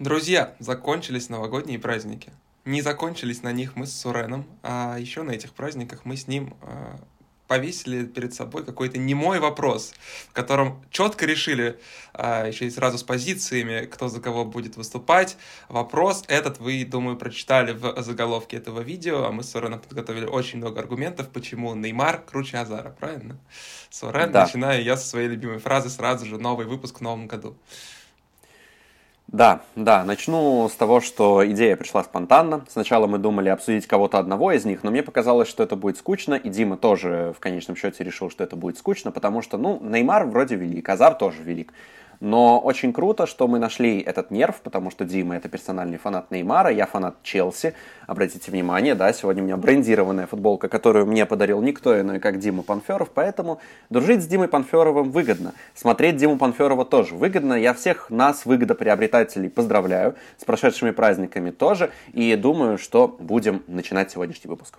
Друзья, закончились новогодние праздники. Не закончились на них мы с Суреном, а еще на этих праздниках мы с ним повесили перед собой какой-то немой вопрос, в котором четко решили, еще и сразу с позициями, кто за кого будет выступать. Вопрос этот вы, думаю, прочитали в заголовке этого видео, а мы с Суреном подготовили очень много аргументов, почему Неймар круче Азара, правильно? Сурен, Да, начинаю я со своей любимой фразы сразу же новый выпуск в новом году. да. Начну с того, что идея пришла спонтанно. Сначала мы думали обсудить кого-то одного из них, но мне показалось, что это будет скучно, и Дима тоже в конечном счете решил, что это будет скучно, потому что, Неймар вроде велик, Азар тоже велик. Но очень круто, что мы нашли этот нерв, потому что Дима — это персональный фанат Неймара, я фанат Челси. Обратите внимание, да, сегодня у меня брендированная футболка, которую мне подарил никто иной, как Дима Панферов, поэтому дружить с Димой Панферовым выгодно. Смотреть Диму Панферова тоже выгодно. Я всех нас, выгодоприобретателей, поздравляю с прошедшими праздниками тоже, и думаю, что будем начинать сегодняшний выпуск.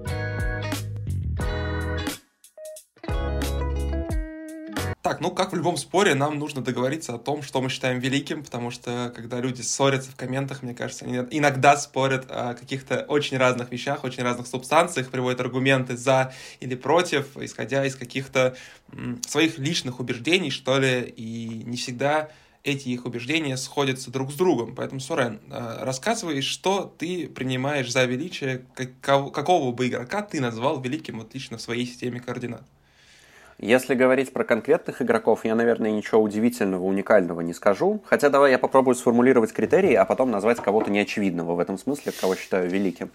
Так, как в любом споре, нам нужно договориться о том, что мы считаем великим, потому что, когда люди ссорятся в комментах, мне кажется, они иногда спорят о каких-то очень разных вещах, очень разных субстанциях, приводят аргументы за или против, исходя из каких-то своих личных убеждений, что ли, и не всегда эти их убеждения сходятся друг с другом. Поэтому, Сурен, рассказывай, что ты принимаешь за величие, какого бы игрока ты назвал великим вот лично в своей системе координат. Если говорить про конкретных игроков, я, наверное, ничего удивительного, уникального не скажу. Хотя давай я попробую сформулировать критерии, а потом назвать кого-то неочевидного в этом смысле, кого считаю великим.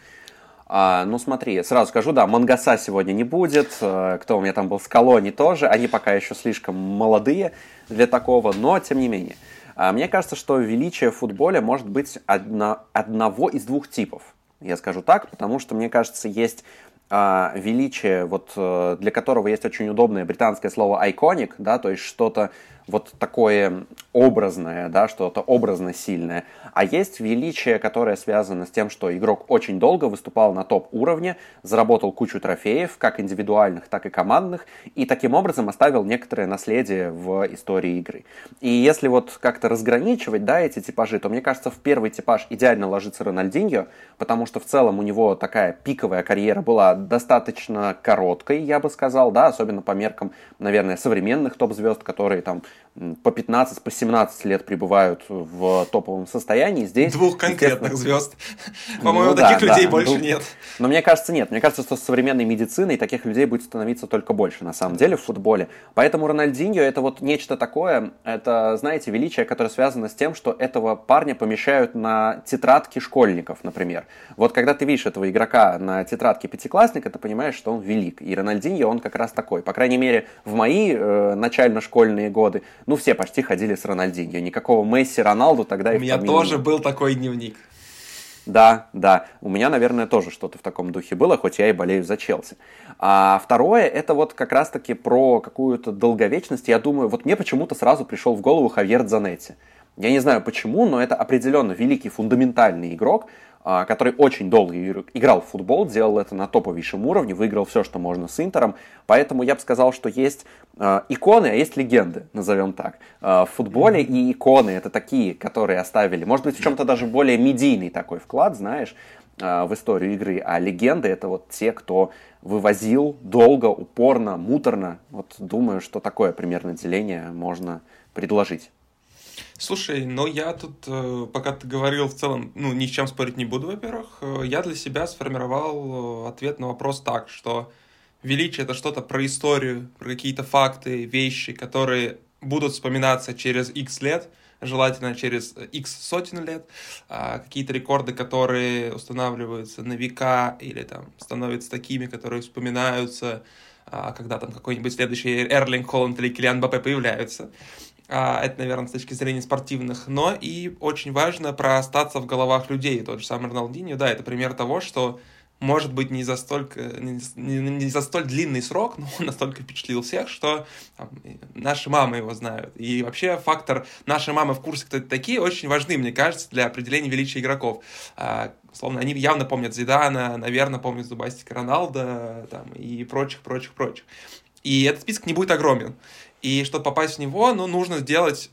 Смотри, сразу скажу, да, Мангаса сегодня не будет, кто у меня там был, Скалони тоже, они пока еще слишком молодые для такого, но тем не менее. Мне кажется, что величие в футболе может быть одного из двух типов. Я скажу так, потому что, мне кажется, есть величие, для которого есть очень удобное британское слово iconic, да, то есть что-то вот такое образное, да, что-то образно сильное. А есть величие, которое связано с тем, что игрок очень долго выступал на топ-уровне, заработал кучу трофеев, как индивидуальных, так и командных, и таким образом оставил некоторое наследие в истории игры. И если как-то разграничивать, да, эти типажи, то, мне кажется, в первый типаж идеально ложится Рональдиньо, потому что в целом у него такая пиковая карьера была достаточно короткой, я бы сказал, да, особенно по меркам, наверное, современных топ-звезд, которые там по 15, по 17 лет пребывают в топовом состоянии. Здесь, Двух конкретных звезд. По-моему, ну таких да, людей больше нет. Но мне кажется, нет. Мне кажется, что с современной медициной таких людей будет становиться только больше, на самом деле, в футболе. Поэтому Рональдиньо — это нечто такое, это, знаете, величие, которое связано с тем, что этого парня помещают на тетрадки школьников, например. Когда ты видишь этого игрока на тетрадке пятиклассника, ты понимаешь, что он велик. И Рональдиньо, он как раз такой. По крайней мере, в мои начально-школьные годы, все почти ходили с Рональдиньо. Никакого Месси, Роналду тогда У и в меня помине тоже не был такой дневник. Да. У меня, наверное, тоже что-то в таком духе было, хоть я и болею за Челси. А второе, это как раз-таки про какую-то долговечность. Я думаю, мне почему-то сразу пришел в голову Хавьер Дзанетти. Я не знаю почему, но это определенно великий фундаментальный игрок, который очень долго играл в футбол, делал это на топовейшем уровне, выиграл все, что можно с Интером. Поэтому я бы сказал, что есть иконы, а есть легенды, назовем так. В футболе и иконы — это такие, которые оставили, может быть, в чем-то даже более медийный такой вклад, знаешь, в историю игры. А легенды — это те, кто вывозил долго, упорно, муторно. Думаю, что такое примерно деление можно предложить. Слушай, я тут, пока ты говорил, в целом, ни с чем спорить не буду, во-первых. Я для себя сформировал ответ на вопрос так, что величие — это что-то про историю, про какие-то факты, вещи, которые будут вспоминаться через X лет, желательно через X сотен лет, какие-то рекорды, которые устанавливаются на века или там становятся такими, которые вспоминаются, когда там какой-нибудь следующий Эрлинг Холланд или Килиан Мбаппе появляются. Это, наверное, с точки зрения спортивных, но и очень важно про остаться в головах людей. Тот же самый Роналдиньо, да, это пример того, что может быть не за столь длинный срок, но он настолько впечатлил всех, что наши мамы его знают. И вообще фактор «наши мамы в курсе, кто это такие» очень важны, мне кажется, для определения величия игроков. Словно они явно помнят Зидана, наверное, помнят зубастика Роналда и прочих. И этот список не будет огромен. И чтобы попасть в него, нужно сделать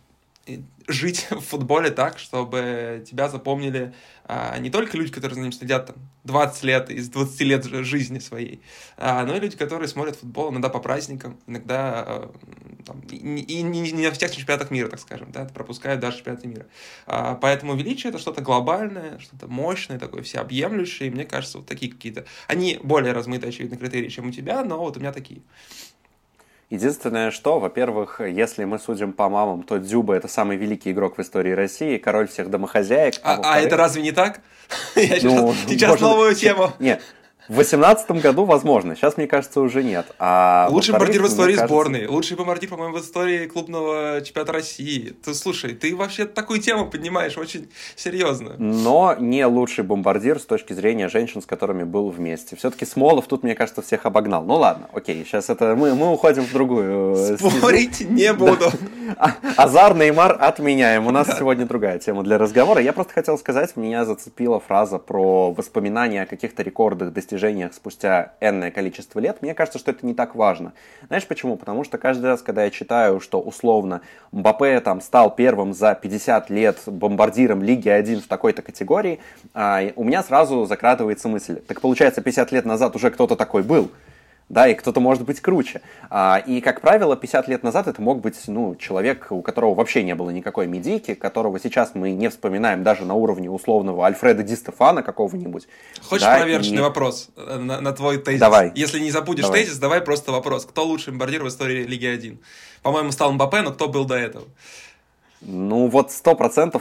жить в футболе так, чтобы тебя запомнили не только люди, которые за ним следят там 20 лет из 20 лет жизни своей, но и люди, которые смотрят футбол иногда по праздникам, иногда там, и не на всех чемпионатах мира, так скажем, да, пропускают даже чемпионаты мира. Поэтому величие — это что-то глобальное, что-то мощное, такое всеобъемлющее, и мне кажется, вот такие какие-то... Они более размытые, очевидно, критерии, чем у тебя, но вот у меня такие. Единственное, что, во-первых, если мы судим по мамам, то Дзюба — это самый великий игрок в истории России, король всех домохозяек. А это разве не так? Я сейчас новую тему. Нет. В 2018 году, возможно. Сейчас, мне кажется, уже нет. Лучший бомбардир в истории сборной. Лучший бомбардир, по-моему, в истории клубного чемпионата России. Слушай, ты вообще такую тему поднимаешь очень серьезно. Но не лучший бомбардир с точки зрения женщин, с которыми был вместе. Все-таки Смолов тут, мне кажется, всех обогнал. Ну ладно, окей, сейчас это мы уходим в другую. Спорить не буду. Азар, Неймар отменяем. У нас сегодня другая тема для разговора. Я просто хотел сказать, меня зацепила фраза про воспоминания о каких-то рекордах, достижениях спустя энное количество лет. Мне кажется, что это не так важно. Знаешь почему? Потому что каждый раз, когда я читаю, что условно Мбаппе там стал первым за 50 лет бомбардиром Лиги 1 в такой-то категории, у меня сразу закрадывается мысль: так получается, 50 лет назад уже кто-то такой был. Да, и кто-то может быть круче. И, как правило, 50 лет назад это мог быть человек, у которого вообще не было никакой медийки, которого сейчас мы не вспоминаем даже на уровне условного Альфреда Ди Стефано какого-нибудь. Хочешь проверочный вопрос на твой тезис? Давай. Если не забудешь тезис, давай просто вопрос. Кто лучший бомбардир в истории Лиги 1? По-моему, стал Мбаппе, но кто был до этого? Ну, вот 100%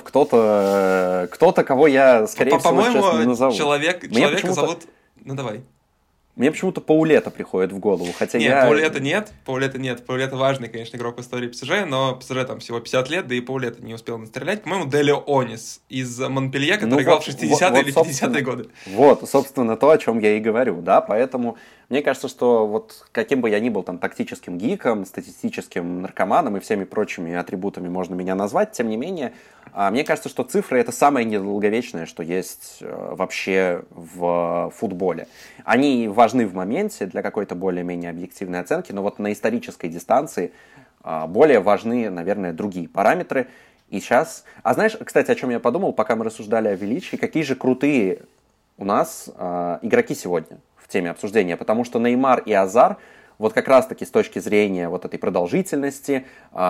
кто-то, кого я, скорее всего, сейчас не назову. Человека зовут... Ну, давай. Мне почему-то Паулета приходит в голову, хотя Паулета нет. Паулета важный, конечно, игрок в истории ПСЖ, но ПСЖ там всего 50 лет, да и Паулета не успел настрелять. По-моему, Делио Онис из Монпелье, который играл в 60-е или 50-е годы. Вот, собственно, то, о чем я и говорю, да, поэтому мне кажется, что вот каким бы я ни был там тактическим гиком, статистическим наркоманом и всеми прочими атрибутами можно меня назвать, тем не менее, мне кажется, что цифры — это самое недолговечное, что есть вообще в футболе. Они важны в моменте для какой-то более-менее объективной оценки, но вот на исторической дистанции более важны, наверное, другие параметры. И сейчас... А знаешь, кстати, о чем я подумал, пока мы рассуждали о величии, какие же крутые у нас игроки сегодня в теме обсуждения, потому что Неймар и Азар вот как раз-таки с точки зрения вот этой продолжительности,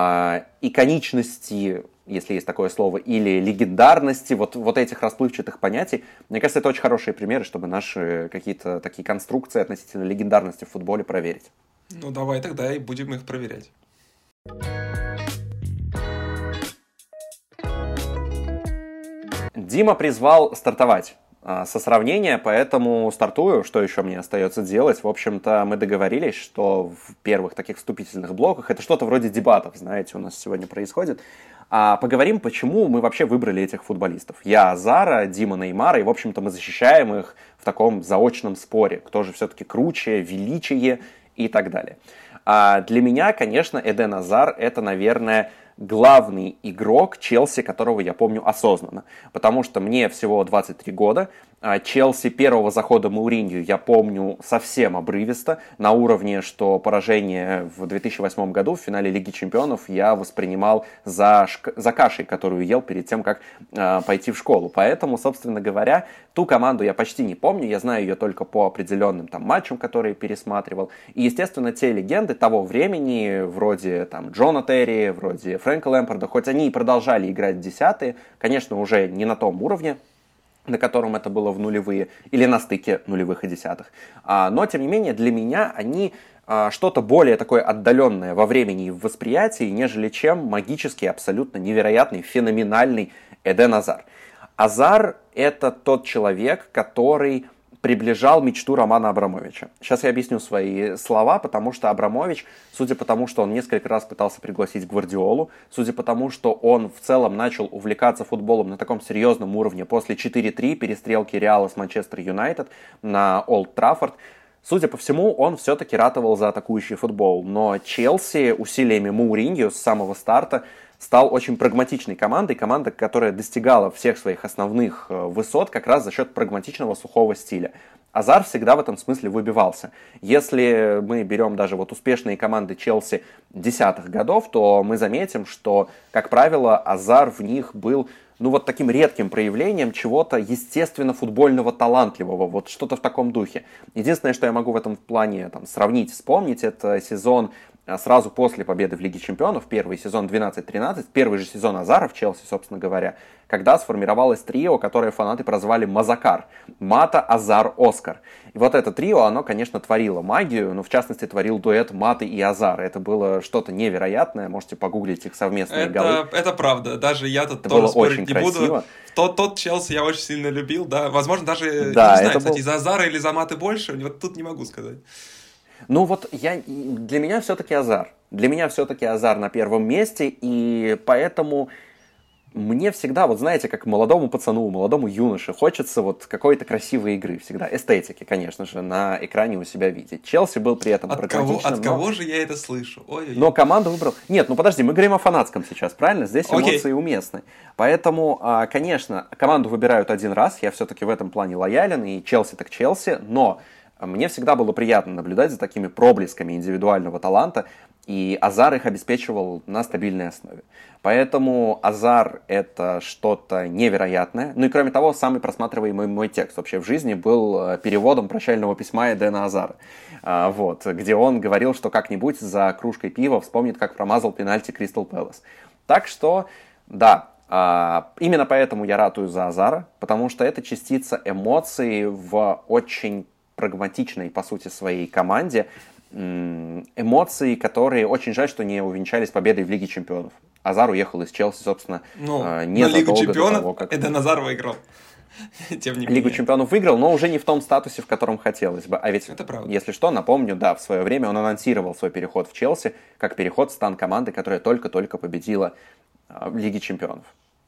иконичности, если есть такое слово, или легендарности, вот этих расплывчатых понятий, мне кажется, это очень хорошие примеры, чтобы наши какие-то такие конструкции относительно легендарности в футболе проверить. Ну, давай тогда и будем их проверять. Дима призвал стартовать со сравнения, поэтому стартую. Что еще мне остается делать? В общем-то, мы договорились, что в первых таких вступительных блоках это что-то вроде дебатов, знаете, у нас сегодня происходит. Поговорим, почему мы вообще выбрали этих футболистов. Я Азара, Дима Неймара, и, в общем-то, мы защищаем их в таком заочном споре. Кто же все-таки круче, величие и так далее. Для меня, конечно, Эден Азар — это, наверное, главный игрок Челси, которого я помню осознанно. Потому что мне всего 23 года. Челси первого захода Мауринью я помню совсем обрывисто, на уровне, что поражение в 2008 году в финале Лиги Чемпионов я воспринимал за кашей, которую ел перед тем, как пойти в школу. Поэтому, собственно говоря, ту команду я почти не помню, я знаю ее только по определенным там матчам, которые пересматривал. И, естественно, те легенды того времени, вроде там Джона Терри, вроде Фрэнка Лэмпарда, хоть они и продолжали играть в десятые, конечно, уже не на том уровне, на котором это было в нулевые, или на стыке нулевых и десятых. Но, тем не менее, для меня они что-то более такое отдаленное во времени и в восприятии, нежели чем магический, абсолютно невероятный, феноменальный Эден Азар. Азар — это тот человек, который приближал мечту Романа Абрамовича. Сейчас я объясню свои слова, потому что Абрамович, судя по тому, что он несколько раз пытался пригласить Гвардиолу, судя по тому, что он в целом начал увлекаться футболом на таком серьезном уровне после 4-3 перестрелки Реала с Манчестер Юнайтед на Олд Траффорд, судя по всему, он все-таки ратовал за атакующий футбол. Но Челси усилиями Мауриньо с самого старта стал очень прагматичной командой, которая достигала всех своих основных высот как раз за счет прагматичного сухого стиля. Азар всегда в этом смысле выбивался. Если мы берем даже вот успешные команды Челси десятых годов, то мы заметим, что, как правило, Азар в них был, ну, вот таким редким проявлением чего-то естественно футбольного, талантливого, вот что-то в таком духе. Единственное, что я могу в этом плане там сравнить, вспомнить, это сезон сразу после победы в Лиге Чемпионов, первый сезон 12-13, первый же сезон Азара в Челси, собственно говоря, когда сформировалось трио, которое фанаты прозвали Мазакар. Мата, Азар, Оскар. И вот это трио, оно, конечно, творило магию, но в частности творил дуэт Маты и Азара. Это было что-то невероятное, можете погуглить их совместные голы. Это правда, даже я тут это тоже было спорить очень не красиво. буду. Тот Челси я очень сильно любил, да, возможно, даже, да, не знаю, кстати, был... из-за Азара или за Маты больше, вот тут не могу сказать. Ну вот для меня все-таки Азар. Для меня все-таки Азар на первом месте, и поэтому мне всегда, вот знаете, как молодому пацану, молодому юноше, хочется вот какой-то красивой игры всегда. Эстетики, конечно же, на экране у себя видеть. Челси был при этом прагматичным. От кого же я это слышу? Ой-ой-ой. Но команду выбрал... Нет, ну подожди, мы говорим о фанатском сейчас, правильно? Здесь эмоции уместны. Поэтому, конечно, команду выбирают один раз, я все-таки в этом плане лоялен, и Челси так Челси, но мне всегда было приятно наблюдать за такими проблесками индивидуального таланта, и Азар их обеспечивал на стабильной основе. Поэтому Азар — это что-то невероятное. Ну и кроме того, самый просматриваемый мой текст вообще в жизни был переводом прощального письма Эдена Азара, вот, где он говорил, что как-нибудь за кружкой пива вспомнит, как промазал пенальти Кристал Пэлас. Так что, да, именно поэтому я ратую за Азара, потому что это частица эмоций в очень прагматичной, по сути, своей команде, эмоции, которые очень жаль, что не увенчались победой в Лиге Чемпионов. Азар уехал из Челси, собственно, незадолго до того, как... Эден Азар выиграл. Тем не менее. Лигу Чемпионов выиграл, но уже не в том статусе, в котором хотелось бы. А ведь, если что, напомню, да, в свое время он анонсировал свой переход в Челси, как переход в стан команды, которая только-только победила в Лиге Чемпионов.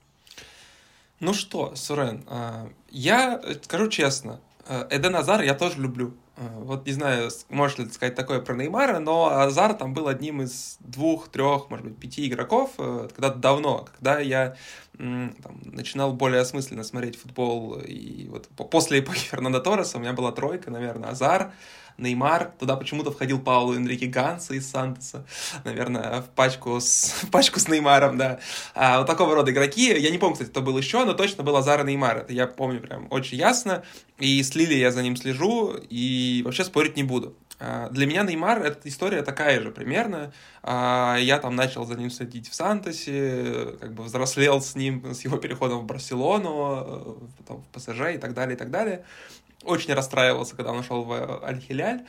Ну что, Сурен, я скажу честно, Эден Азар я тоже люблю. Вот не знаю, можешь ли ты сказать такое про Неймара, но Азар там был одним из 2, 3, может быть, 5 игроков когда-то давно, когда я там, начинал более осмысленно смотреть футбол. И вот после эпохи Фернандо Торреса у меня была тройка, наверное, Азар, Неймар, туда почему-то входил Пауло Энрике Ганса из Сантоса, наверное, в пачку с Неймаром, да. Вот такого рода игроки. Я не помню, кстати, кто был еще, но точно был Азар и Неймар. Это я помню прям очень ясно. И с Лили я за ним слежу, и вообще спорить не буду. Для меня Неймар — это история такая же примерно. Я там начал за ним следить в Сантосе, как бы взрослел с ним, с его переходом в Барселону, потом в ПСЖ и так далее, и так далее. Очень расстраивался, когда он ушел в Аль-Хиляль.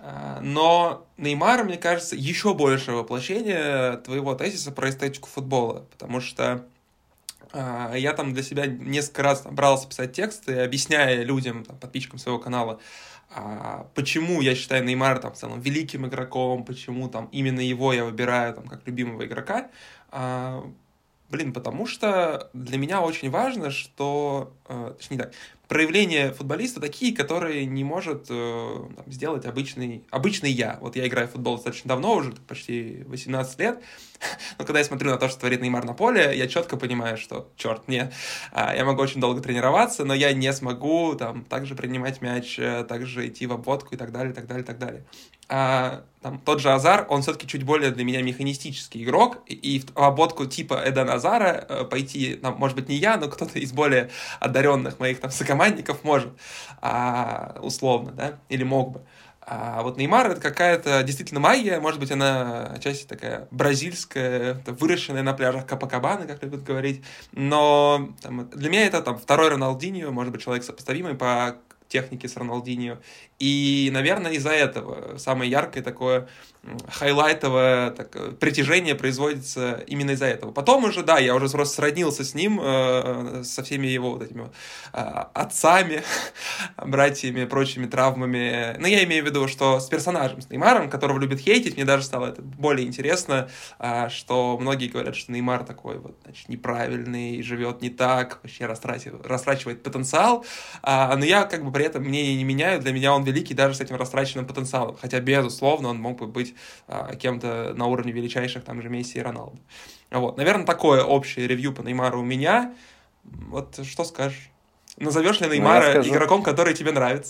Но Неймар, мне кажется, еще большее воплощение твоего тезиса про эстетику футбола. Потому что я там для себя несколько раз брался писать тексты, объясняя людям, там, подписчикам своего канала, почему я считаю Неймара там, в целом великим игроком, почему там, именно его я выбираю там, как любимого игрока. Потому что для меня очень важно, что... Точнее так, проявления футболиста такие, которые не может сделать обычный я. Вот я играю в футбол достаточно давно, уже почти 18 лет, но когда я смотрю на то, что творит Неймар на поле, я четко понимаю, что, нет, я могу очень долго тренироваться, но я не смогу там также принимать мяч, также идти в обводку и так далее, и так далее, и так далее. Тот же Азар, он все-таки чуть более для меня механистический игрок, и в обводку типа Эдена Азара пойти, там, может быть, не я, но кто-то из более одаренных моих там сокомандников может, условно, да, или мог бы. А вот Неймар — это какая-то действительно магия, может быть, она отчасти такая бразильская, выращенная на пляжах Копакабаны, как любят говорить, но там, для меня это там второй Роналдиньо, может быть, человек сопоставимый по технике с Роналдиньо. И, наверное, из-за этого самое яркое такое хайлайтовое притяжение производится именно из-за этого. Потом уже, да, я уже просто сроднился с ним, со всеми его вот этими отцами, братьями, прочими травмами. Но я имею в виду, что с персонажем, с Неймаром, которого любят хейтить, мне даже стало это более интересно, что многие говорят, что Неймар такой вот, значит, неправильный, живет не так, вообще растрачивает потенциал. Но я как бы при этом мнение не меняю, для меня он великий даже с этим растраченным потенциалом. Хотя, безусловно, он мог бы быть кем-то на уровне величайших там же Месси и Роналду. Вот. Наверное, такое общее ревью по Неймару у меня. Вот что скажешь? Назовешь ли Неймара игроком, который тебе нравится?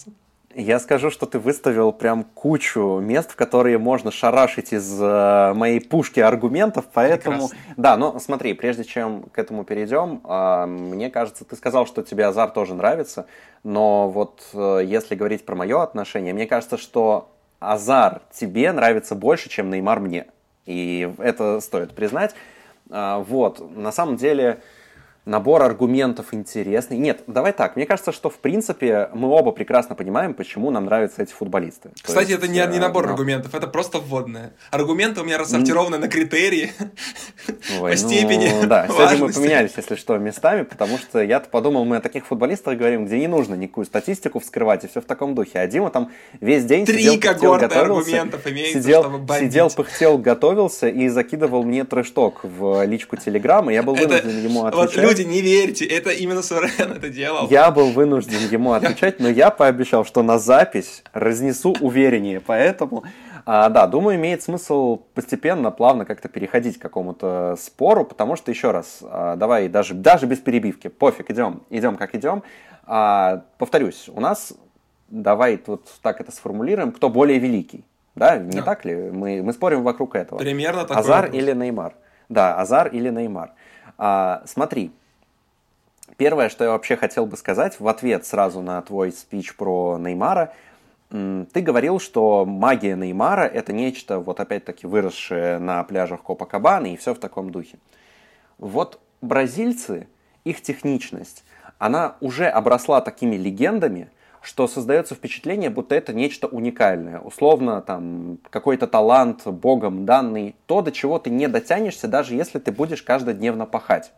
Я скажу, что ты выставил прям кучу мест, в которые можно шарашить из моей пушки аргументов, поэтому... Прекрасно. Да, но смотри, прежде чем к этому перейдем, мне кажется, ты сказал, что тебе Азар тоже нравится, но вот если говорить про мое отношение, мне кажется, что Азар тебе нравится больше, чем Неймар мне. И это стоит признать. Вот, на самом деле... Набор аргументов интересный. Нет, давай так. Мне кажется, что в принципе мы оба прекрасно понимаем, почему нам нравятся эти футболисты. Кстати, это не набор аргументов, это просто вводное. Аргументы у меня рассортированы на критерии по степени да, сегодня мы важности. поменялись, если что, местами, потому что я-то подумал, мы о таких футболистах говорим, где не нужно никакую статистику вскрывать, и все в таком духе. А Дима там весь день Три когорты аргументов имеется, чтобы бомбить. Сидел, пыхтел, готовился и закидывал мне трэш-ток в личку Телеграма. Я был вынужден ему отвечать. Вот люди, не верьте, это именно Суверен это делал. Я был вынужден ему отвечать, но я пообещал, что на запись разнесу увереннее, поэтому, да, думаю, имеет смысл постепенно, плавно как-то переходить к какому-то спору, потому что, еще раз, давай даже без перебивки, пофиг, идем как идем. Повторюсь, у нас, давай вот так это сформулируем, кто более великий, да, не так ли? Мы спорим вокруг этого. Примерно такой Азар вопрос. или Неймар? Да, Азар или Неймар. Смотри. Первое, что я вообще хотел бы сказать в ответ сразу на твой спич про Неймара, ты говорил, что магия Неймара — это нечто, вот опять-таки, выросшее на пляжах Копакабаны и все в таком духе. Вот бразильцы, их техничность, она уже обросла такими легендами, что создается впечатление, будто это нечто уникальное. Условно, там, какой-то талант, богом данный, то, до чего ты не дотянешься, даже если ты будешь каждодневно пахать.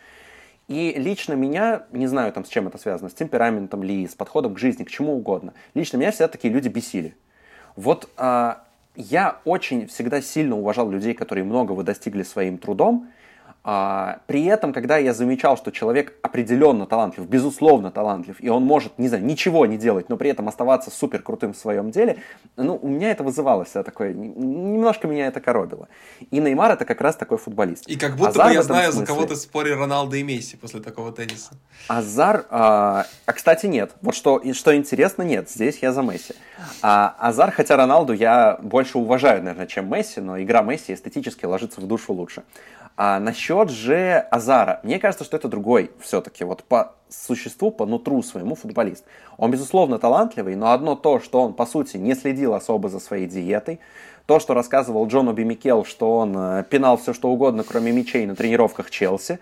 И лично меня, не знаю, там, с чем это связано, с темпераментом ли, с подходом к жизни, к чему угодно, лично меня всегда такие люди бесили. Вот я очень всегда сильно уважал людей, которые многого достигли своим трудом. При этом, когда я замечал, что человек определенно талантлив, безусловно талантлив, и он может, не знаю, ничего не делать, но при этом оставаться супер крутым в своем деле, ну, у меня это вызывало всегда такое, немножко меня это коробило. И Неймар — это как раз такой футболист. И как будто бы я знаю, за кого ты споришь, Роналдо и Месси после такого тенниса. Азар, кстати, нет. Вот что интересно, нет, здесь я за Месси. Азар, хотя Роналду я больше уважаю, наверное, чем Месси, но игра Месси эстетически ложится в душу лучше. Насчет же Азара, мне кажется, что это другой все-таки, вот по существу, по нутру своему футболист. Он, безусловно, талантливый, но одно то, что он, по сути, не следил особо за своей диетой, то, что рассказывал Джон Оби Микел, что он пинал все, что угодно, кроме мячей на тренировках Челси.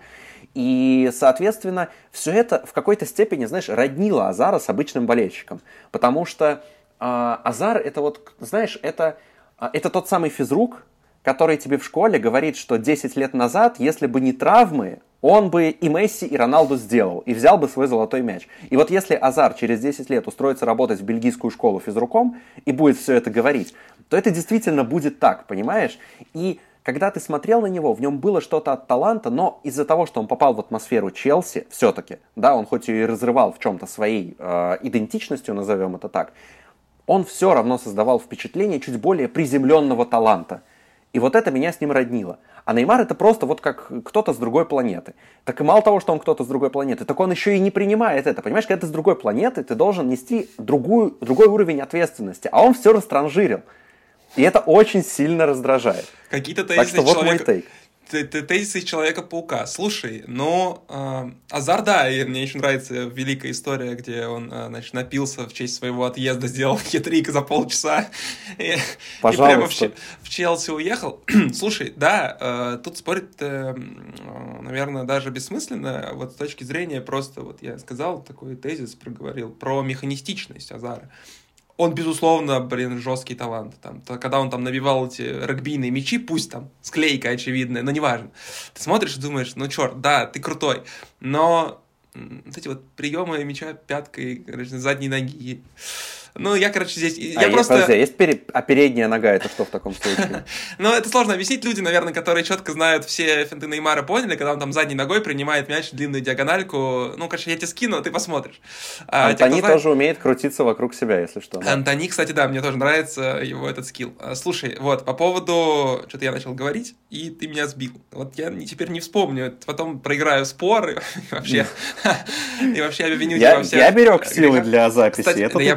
И, соответственно, все это в какой-то степени, знаешь, роднило Азара с обычным болельщиком. Потому что Азар, это вот, знаешь, это тот самый физрук, который тебе в школе говорит, что 10 лет назад, если бы не травмы, он бы и Месси, и Роналду сделал, и взял бы свой золотой мяч. И вот если Азар через 10 лет устроится работать в бельгийскую школу физруком и будет все это говорить, то это действительно будет так, понимаешь? И когда ты смотрел на него, в нем было что-то от таланта, но из-за того, что он попал в атмосферу Челси, все-таки, да, он хоть и разрывал в чем-то своей идентичностью, назовем это так, он все равно создавал впечатление чуть более приземленного таланта. И вот это меня с ним роднило. А Неймар — это просто вот как кто-то с другой планеты. Так и мало того, что он кто-то с другой планеты, так он еще и не принимает это. Понимаешь, когда ты с другой планеты, ты должен нести другой уровень ответственности. А он все растранжирил. И это очень сильно раздражает. Какие-то так что вот мой тейк. Тезисы из Человека-паука. Слушай, но Азар, да, и мне еще нравится великая история, где он, значит, напился в честь своего отъезда, сделал хитрик за полчаса и прямо в Челси уехал. Слушай, да, тут спорить, наверное, даже бессмысленно, вот с точки зрения просто, вот я сказал такой тезис, проговорил, про механистичность Азара. Он, безусловно, жесткий талант. Там, когда он там набивал эти регбийные мячи, пусть там склейка очевидная, но неважно. Ты смотришь и думаешь, ну черт, да, ты крутой. Но эти вот приемы мяча пяткой, короче, задней ноги. Ну, я, короче, здесь... Есть передняя нога, это что в таком случае? Ну, это сложно объяснить. Люди, наверное, которые четко знают все финты Неймара, поняли, когда он там задней ногой принимает мяч в длинную диагональку. Ну, короче, я тебе скину, ты посмотришь. Антони тоже умеет крутиться вокруг себя, если что. Антони, кстати, да, мне тоже нравится его этот скилл. Слушай, вот, по поводу... Что-то я начал говорить, и ты меня сбил. Вот я теперь не вспомню. Потом проиграю спор, и вообще обвиню тебя во всех... Я берег силы для записи, это ты там в Телеграме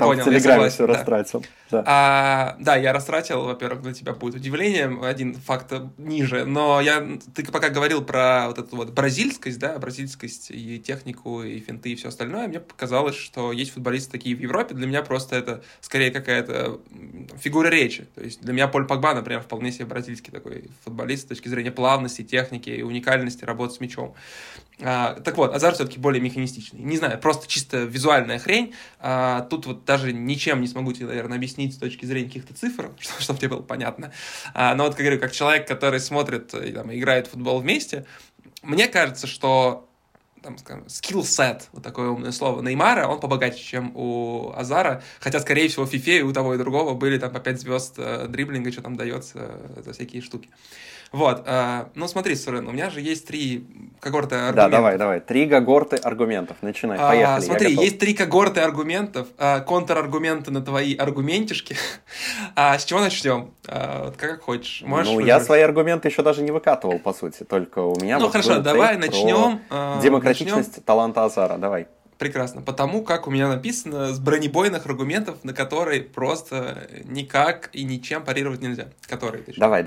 Телеграме все да. растратил. Да, я растратил, во-первых, для тебя будет удивлением, один факт ниже, но ты пока говорил про вот эту вот бразильскость, да, бразильскость и технику, и финты, и все остальное, мне показалось, что есть футболисты такие в Европе, для меня просто это скорее какая-то фигура речи, то есть для меня Поль Погба, например, вполне себе бразильский такой футболист с точки зрения плавности, техники и уникальности работы с мячом. Так вот, Азар все-таки более механистичный. Не знаю, просто чисто визуальная хрень. Тут вот даже ничем не смогу тебе, наверное, объяснить с точки зрения каких-то цифр, чтобы тебе было понятно. Но вот, как говорю, как человек, который смотрит и там, играет в футбол вместе, мне кажется, что там, скажем, skill-set, вот такое умное слово, Неймара, он побогаче, чем у Азара, хотя, скорее всего, в FIFA и у того и другого были там по 5 звезд дриблинга, что там дается за всякие штуки. Вот, ну смотри, Сурен, у меня же есть 3 когорты аргументов. Да, давай, 3 когорты аргументов, начинай, поехали. Смотри, есть 3 когорты аргументов, контраргументы на твои аргументишки. С чего начнем? Как хочешь. Я свои аргументы еще даже не выкатывал, по сути, только у меня... Ну хорошо, давай начнем. Демократичность таланта Азара, давай. Прекрасно, потому как у меня написано с бронебойных аргументов, на которые просто никак и ничем парировать нельзя. Которые ты Давай.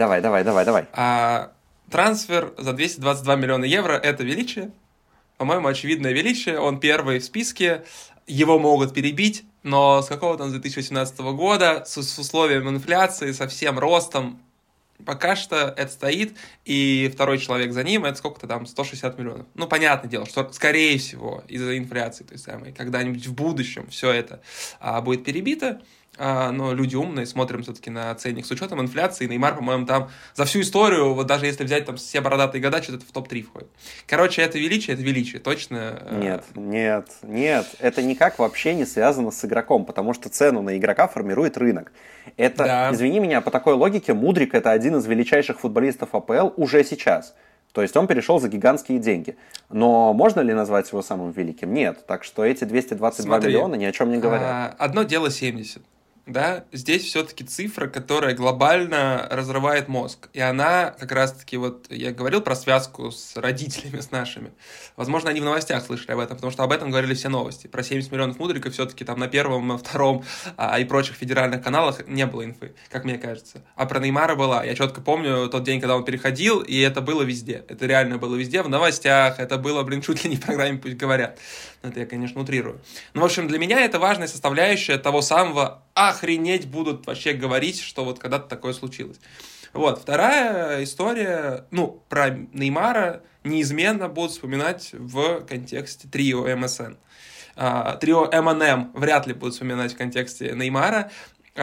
Трансфер за 222 миллиона евро – это величие. По-моему, очевидное величие. Он первый в списке. Его могут перебить, но с какого-то 2018 года, с условием инфляции, со всем ростом, пока что это стоит, и второй человек за ним, это сколько-то там, 160 миллионов. Ну, понятное дело, что, скорее всего, из-за инфляции, то есть когда-нибудь в будущем все это будет перебито, но люди умные, смотрим все-таки на ценник с учетом инфляции. Неймар, по-моему, там за всю историю, вот даже если взять там все бородатые года, что-то в топ-3 входит. Короче, это величие, точно? Нет, это никак вообще не связано с игроком, потому что цену на игрока формирует рынок. Это, да. Извини меня, по такой логике, Мудрик — это один из величайших футболистов АПЛ уже сейчас. То есть он перешел за гигантские деньги. Но можно ли назвать его самым великим? Нет. Так что эти 222 миллиона ни о чем не говорят. Одно дело 70. Да, здесь все-таки цифра, которая глобально разрывает мозг. И она как раз-таки, вот я говорил про связку с родителями, с нашими. Возможно, они в новостях слышали об этом, потому что об этом говорили все новости. Про 70 миллионов Мудрика все-таки там на первом, втором и прочих федеральных каналах не было инфы, как мне кажется. А про Неймара была. Я четко помню тот день, когда он переходил, и это было везде. Это реально было везде, в новостях. Это было, чуть ли не в программе «Пусть говорят». Это я, конечно, утрирую. Но, в общем, для меня это важная составляющая того самого охренеть будут вообще говорить, что вот когда-то такое случилось. Вот, вторая история, про Неймара неизменно будут вспоминать в контексте трио МСН. Трио МНМ вряд ли будут вспоминать в контексте Неймара,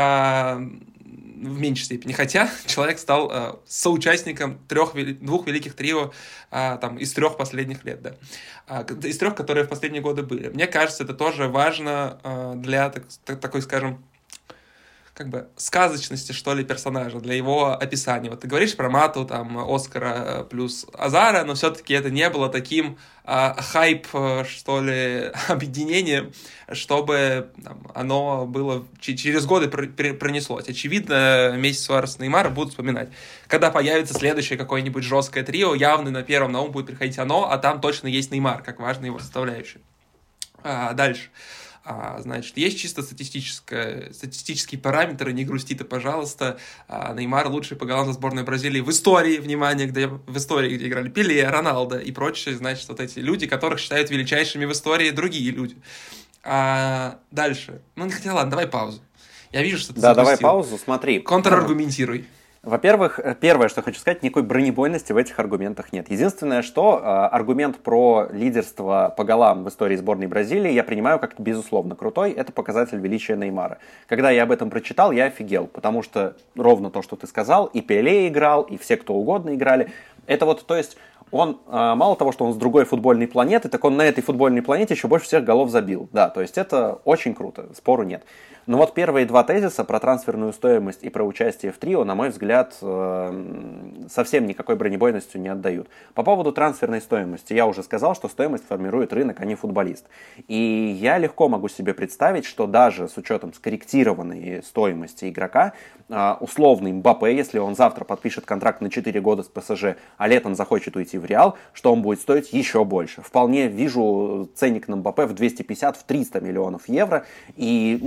в меньшей степени, хотя человек стал соучастником двух великих трио из 3 последних лет, да. Из 3, которые в последние годы были. Мне кажется, это тоже важно для такой, скажем, как бы сказочности, что ли, персонажа, для его описания. Вот ты говоришь про Мату, там, Оскара плюс Азара, но все-таки это не было таким хайп, что ли, объединением, чтобы оно было через годы пронеслось. Очевидно, вместе с Суарес и Неймара будут вспоминать. Когда появится следующее какое-нибудь жесткое трио, явно на первом на ум будет приходить оно, а там точно есть Неймар, как важная его составляющая. Дальше. Значит, есть чисто статистические параметры, не грусти ты, пожалуйста. Неймар лучший по голам за сборной Бразилии в истории, внимание, где играли Пеле, Роналдо и прочие, значит, вот эти люди, которых считают величайшими в истории другие люди. Дальше. Ладно, давай паузу. Я вижу, что ты запустил. Давай паузу, смотри. Контраргументируй. Во-первых, первое, что хочу сказать, никакой бронебойности в этих аргументах нет. Единственное, что аргумент про лидерство по голам в истории сборной Бразилии я принимаю как безусловно крутой. Это показатель величия Неймара. Когда я об этом прочитал, я офигел, потому что ровно то, что ты сказал, и Пеле играл, и все, кто угодно играли. Это вот, то есть, он, мало того, что он с другой футбольной планеты, так он на этой футбольной планете еще больше всех голов забил. Да, то есть это очень круто, спору нет. Но вот первые 2 тезиса про трансферную стоимость и про участие в трио, на мой взгляд, совсем никакой бронебойностью не отдают. По поводу трансферной стоимости, я уже сказал, что стоимость формирует рынок, а не футболист. И я легко могу себе представить, что даже с учетом скорректированной стоимости игрока, условный Мбаппе, если он завтра подпишет контракт на 4 года с ПСЖ, а летом захочет уйти в Реал, что он будет стоить еще больше. Вполне вижу ценник на Мбаппе в 250-300 миллионов евро. И, не знаю,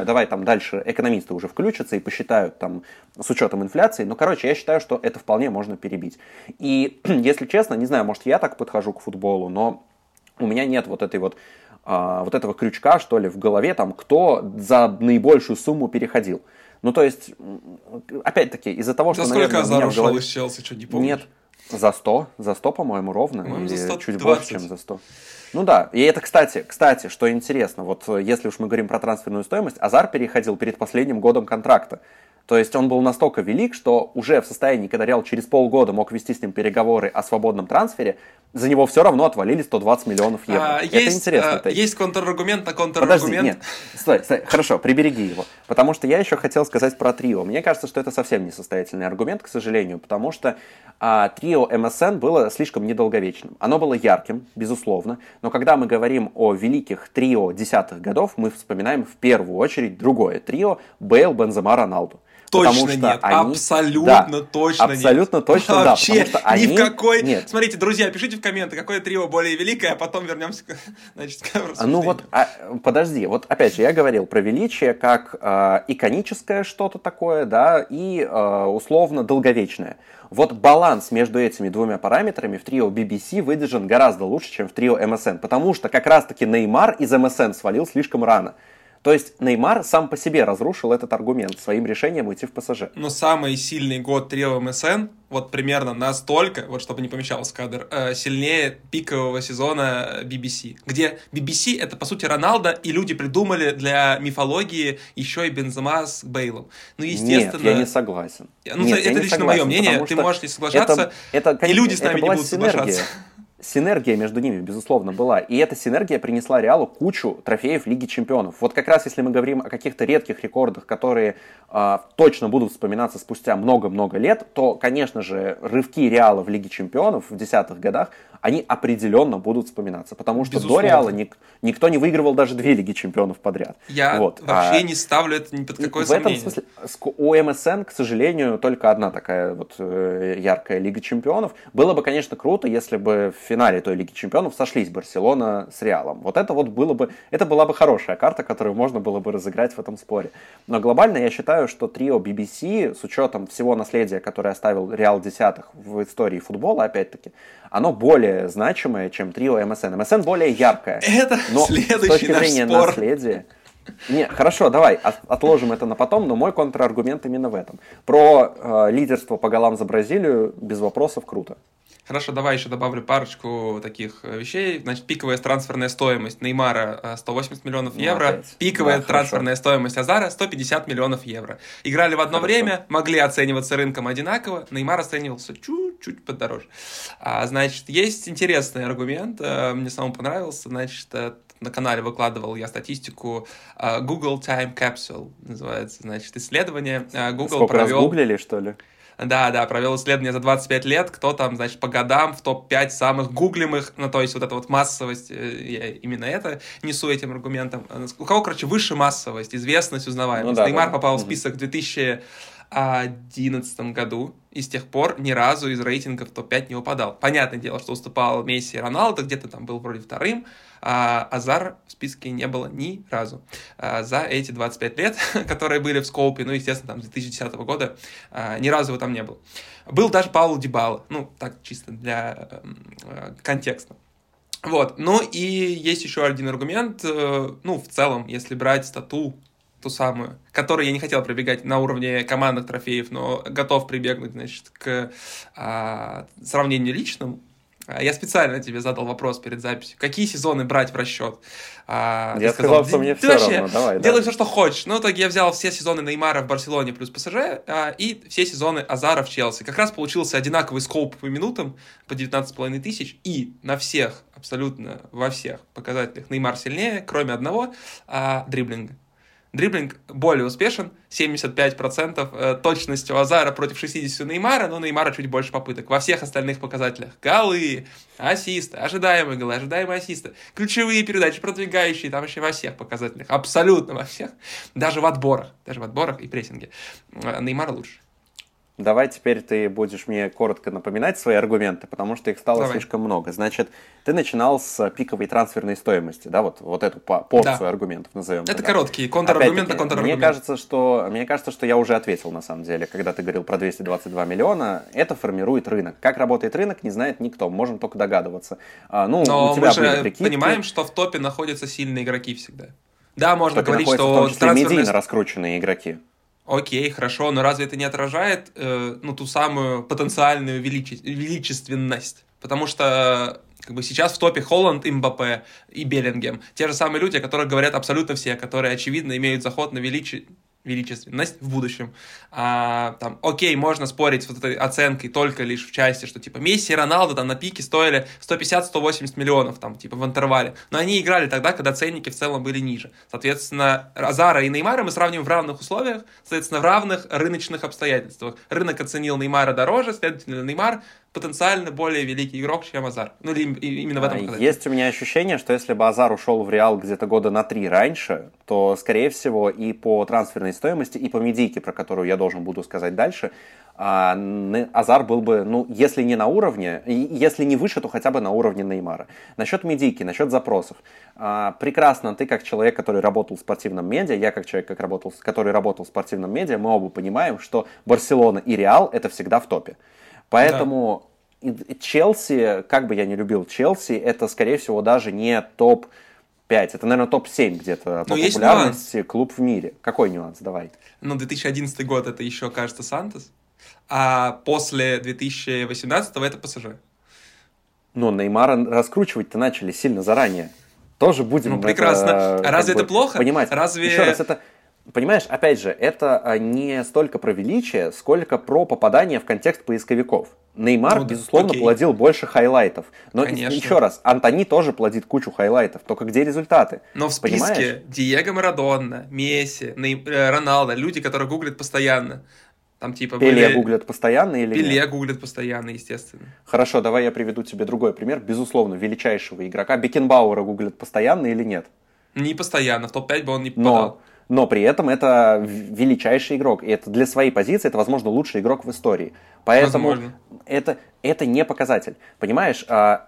давай там дальше экономисты уже включатся и посчитают там с учетом инфляции, но, короче, я считаю, что это вполне можно перебить. И, если честно, не знаю, может, я так подхожу к футболу, но у меня нет вот этого крючка, что ли, в голове, там, кто за наибольшую сумму переходил. Ну, то есть, опять-таки, из-за того, что, наверное, у меня в голове... из Челси, что не помнишь? Нет, за 100, по-моему, ровно, по-моему, или за 120. чуть больше, чем за 100. Ну да, и это, кстати, что интересно, вот если уж мы говорим про трансферную стоимость, Азар переходил перед последним годом контракта. То есть он был настолько велик, что уже в состоянии, когда Реал через полгода мог вести с ним переговоры о свободном трансфере, за него все равно отвалили 120 миллионов евро. Это интересно. Есть контраргумент на контраргумент. Подожди, нет, стой, хорошо, прибереги его. Потому что я еще хотел сказать про трио. Мне кажется, что это совсем несостоятельный аргумент, к сожалению, потому что трио МСН было слишком недолговечным. Оно было ярким, безусловно, но когда мы говорим о великих трио десятых годов, мы вспоминаем в первую очередь другое трио Бейл, Бензема, Роналду. Точно нет, абсолютно точно нет. Абсолютно точно, да. Вообще, потому что ни в какой... Нет. Смотрите, друзья, пишите в комменты, какое трио более великое, а потом вернемся к рассуждению. Ну вот, подожди, вот опять же, я говорил про величие как иконическое что-то такое, да, и условно долговечное. Вот баланс между этими двумя параметрами в трио BBC выдержан гораздо лучше, чем в трио МСН, потому что как раз-таки Неймар из МСН свалил слишком рано. То есть Неймар сам по себе разрушил этот аргумент своим решением уйти в ПСЖ. Но самый сильный год трио МСН, вот примерно настолько, вот чтобы не помещался кадр, сильнее пикового сезона BBC. Где BBC это, по сути, Роналдо, и люди придумали для мифологии еще и Бензема с Бейлом. Ну, естественно... Нет, я не согласен. Ну, это лично мое мнение, ты можешь не соглашаться, и люди с нами не будут соглашаться. Синергия между ними, безусловно, была. И эта синергия принесла Реалу кучу трофеев Лиги Чемпионов. Вот как раз если мы говорим о каких-то редких рекордах, которые точно будут вспоминаться спустя много-много лет, то, конечно же, рывки Реала в Лиге Чемпионов в десятых годах, они определенно будут вспоминаться. Потому что до Реала никто не выигрывал даже 2 Лиги Чемпионов подряд. Я вообще не ставлю это ни под какое сомнение. В этом смысле у МСН, к сожалению, только одна такая вот яркая Лига Чемпионов. Было бы, конечно, круто, если бы в финале той Лиги Чемпионов сошлись Барселона с Реалом. Вот это вот было бы, это была бы хорошая карта, которую можно было бы разыграть в этом споре. Но глобально я считаю, что трио BBC, с учетом всего наследия, которое оставил Реал десятых в истории футбола, опять-таки, оно более значимое, чем трио МСН. МСН более яркое. Это но следующий с точки наш зрения спор. наследия... Не, хорошо, давай, отложим это на потом, но мой контраргумент именно в этом. Про лидерство по голам за Бразилию без вопросов круто. Хорошо, давай еще добавлю парочку таких вещей. Значит, пиковая трансферная стоимость Неймара 180 миллионов евро, опять. пиковая Да, трансферная стоимость Азара 150 миллионов евро. Играли в одно время, могли оцениваться рынком одинаково, Неймар оценивался чуть-чуть подороже. Значит, есть интересный аргумент, мне самому понравился, значит, на канале выкладывал я статистику Google Time Capsule, называется, значит, исследование. Google Сколько провел... раз гуглили, что ли? Да, провел исследование за 25 лет, кто там, значит, по годам в топ-5 самых гуглимых, ну, то есть вот эта вот массовость, я именно это несу этим аргументом. У кого, короче, выше массовость, известность, узнаваемость. Неймар попал в список в 2011 году, и с тех пор ни разу из рейтингов в топ-5 не упадал. Понятное дело, что уступал Месси и Роналдо, где-то там был вроде вторым, а Азар в списке не было ни разу. За эти 25 лет, которые были в скоупе, ну, естественно, там, с 2010 года, ни разу его там не было. Был даже Пауло Дибала, ну, так, чисто для контекста. Вот, ну, и есть еще один аргумент, ну, в целом, если брать стату, ту самую, к которой я не хотел прибегать на уровне командных трофеев, но готов прибегнуть, значит, к сравнению личному. Я специально тебе задал вопрос перед записью. Какие сезоны брать в расчет? Я сказал, что мне все равно. Давай, делай все, что хочешь. Ну, в итоге я взял все сезоны Неймара в Барселоне плюс ПСЖ и все сезоны Азара в Челси. Как раз получился одинаковый скоуп по минутам по 19,5 тысяч. И на всех, абсолютно во всех показателях Неймар сильнее, кроме одного дриблинга. Дриблинг более успешен, 75% точность у Азара против 60% у Неймара, но у Неймара чуть больше попыток. Во всех остальных показателях. Голы, ассисты, ожидаемые голы, ожидаемые ассисты, ключевые передачи, продвигающие, там вообще во всех показателях. Абсолютно во всех. Даже в отборах и прессинге. Неймар лучше. Давай теперь ты будешь мне коротко напоминать свои аргументы, потому что их стало слишком много. Значит, ты начинал с пиковой трансферной стоимости, да, вот эту порцию аргументов назовем. Это короткие, контраргумент на контраргумент. Мне кажется, что я уже ответил на самом деле, когда ты говорил про 222 миллиона, это формирует рынок. Как работает рынок, не знает никто, можем только догадываться. Но мы же понимаем, что в топе находятся сильные игроки всегда. Да, можно говорить, что... В том числе медийно раскрученные игроки. Окей, хорошо, но разве это не отражает ту самую потенциальную величественность? Потому что сейчас в топе Холланд, Мбаппе и Беллингем. Те же самые люди, о которых говорят абсолютно все, которые, очевидно, имеют заход на величественность в будущем. Окей, можно спорить с вот этой оценкой только лишь в части, что типа Месси и Роналдо там на пике стоили 150-180 миллионов там типа в интервале. Но они играли тогда, когда ценники в целом были ниже. Соответственно, Азара и Неймара мы сравним в равных условиях, соответственно, в равных рыночных обстоятельствах. Рынок оценил Неймара дороже, следовательно, Неймар потенциально более великий игрок, чем Азар. Ну, или именно в этом показателе. Есть у меня ощущение, что если бы Азар ушел в Реал где-то года на 3 раньше, то, скорее всего, и по трансферной стоимости, и по медийке, про которую я должен буду сказать дальше, Азар был бы, если не на уровне, если не выше, то хотя бы на уровне Неймара. Насчет медийки, насчет запросов. Прекрасно, ты как человек, который работал в спортивном медиа, я как человек, который работал в спортивном медиа, мы оба понимаем, что Барселона и Реал это всегда в топе. Поэтому Челси, как бы я не любил Челси, это, скорее всего, даже не топ-5. Это, наверное, топ-7 где-то по популярности клуб в мире. Какой нюанс? Давай. 2011 год это еще, кажется, Сантос. А после 2018-го это ПСЖ. Но Неймара раскручивать-то начали сильно заранее. Тоже будем... прекрасно. Разве это плохо? Понимать. Еще раз, это... Понимаешь, опять же, это не столько про величие, сколько про попадание в контекст поисковиков. Неймар, безусловно, плодил больше хайлайтов. Но еще раз, Антони тоже плодит кучу хайлайтов. Только где результаты? Но в списке Диего Марадона, Месси, Роналдо, люди, которые гуглят постоянно. Там типа Пеле гуглят постоянно или нет? Пеле гуглят постоянно, естественно. Хорошо, давай я приведу тебе другой пример. Безусловно, величайшего игрока. Бекенбауэра гуглят постоянно или нет? Не постоянно, в топ-5 бы он не попадал. Но при этом это величайший игрок. И это для своей позиции, это, возможно, лучший игрок в истории. Поэтому это не показатель. Понимаешь,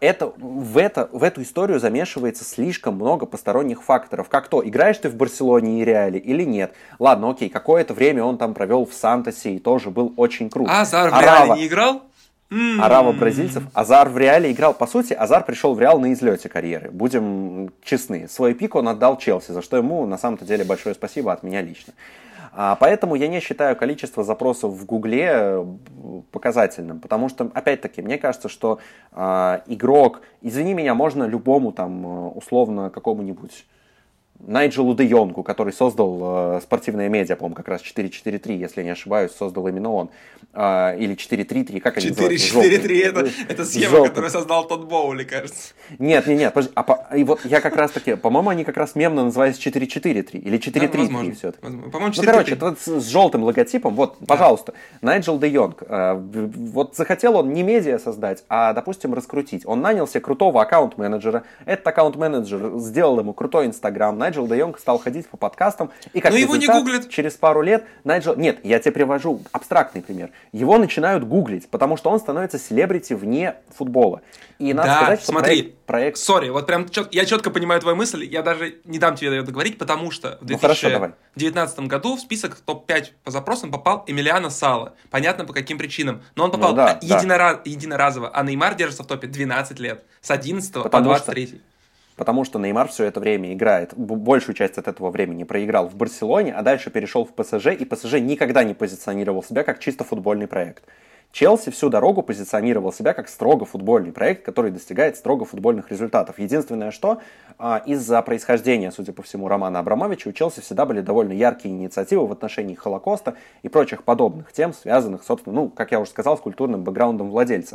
в эту историю замешивается слишком много посторонних факторов. Как то, играешь ты в Барселоне и Реале или нет. Ладно, окей, какое-то время он там провел в Сантосе и тоже был очень крут. А Азар в Реале не играл? Арава бразильцев. Азар в Реале играл. По сути, Азар пришел в Реал на излете карьеры. Будем честны. Свой пик он отдал Челси, за что ему на самом-то деле большое спасибо от меня лично. Поэтому я не считаю количество запросов в Гугле показательным. Потому что, опять-таки, мне кажется, что игрок, извини меня, можно любому там условно какому-нибудь Найджелу де Йонгу, который создал спортивное медиа, по-моему, как раз 4-4-3, если я не ошибаюсь, создал именно он. Или 4-3-3, как они называются? 4-4-3, это схема, которую создал Тодд Боули, кажется. Нет, подожди, и вот я как раз таки, по-моему, они как раз мемно называются 4-4-3, или 4-3-3 все-таки. По-моему, 4-3-3. Короче, это вот с желтым логотипом, вот, пожалуйста, Найджел де Йонг, вот захотел он не медиа создать, а, допустим, раскрутить. Он нанял себе крутого аккаунт-менеджера, этот аккаунт-менеджер сделал ему крутой Инстаграм, Найджел де Йонг стал ходить по подкастам, и как результат, его не гуглят. Через пару лет Нет, я тебе привожу абстрактный пример. Его начинают гуглить, потому что он становится селебрити вне футбола. И надо сказать, что проект... Сори, вот прям я четко понимаю твою мысль, я даже не дам тебе ее договорить, потому что в 2019 году в список топ-5 по запросам попал Эмилиано Сала. Понятно, по каким причинам. Но он попал единоразово, а Неймар держится в топе 12 лет. С 11 по 23. Потому что Неймар все это время играет, большую часть от этого времени проиграл в Барселоне, а дальше перешел в ПСЖ, и ПСЖ никогда не позиционировал себя как чисто футбольный проект. Челси всю дорогу позиционировал себя как строго футбольный проект, который достигает строго футбольных результатов. Единственное, что из-за происхождения, судя по всему, Романа Абрамовича, у Челси всегда были довольно яркие инициативы в отношении Холокоста и прочих подобных тем, связанных, собственно, как я уже сказал, с культурным бэкграундом владельца.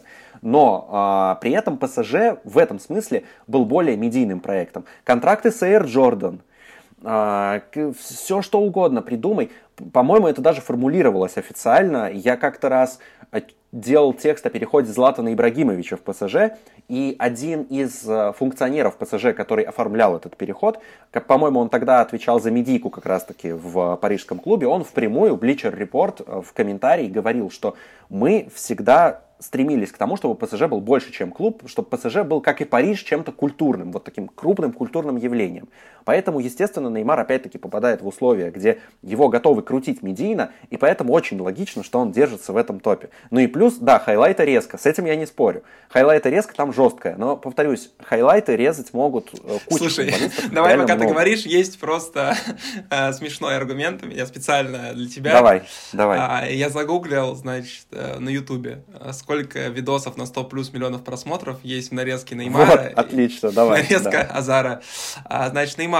Но при этом ПСЖ в этом смысле был более медийным проектом. Контракты с Эйр Джордан, все что угодно придумай. По-моему, это даже формулировалось официально. Я как-то раз делал текст о переходе Златана Ибрагимовича в ПСЖ, и один из функционеров ПСЖ, который оформлял этот переход, как, по-моему, он тогда отвечал за медийку как раз-таки в парижском клубе, он впрямую, Bleacher Report, в комментарии говорил, что мы всегда стремились к тому, чтобы ПСЖ был больше, чем клуб, чтобы ПСЖ был, как и Париж, чем-то культурным, вот таким крупным культурным явлением. Поэтому, естественно, Неймар опять-таки попадает в условия, где его готовы крутить медийно, и поэтому очень логично, что он держится в этом топе. Ну и плюс, да, хайлайты резко, с этим я не спорю. Хайлайты резко там жесткая, но, повторюсь, хайлайты резать могут куча. Слушай, давай, пока ты говоришь, есть просто смешной аргумент у меня специально для тебя. Давай. Я загуглил, значит, на Ютубе, сколько видосов на 100 плюс миллионов просмотров есть в нарезке Неймара. Вот, отлично, давай. Нарезка Азара. Значит, Неймар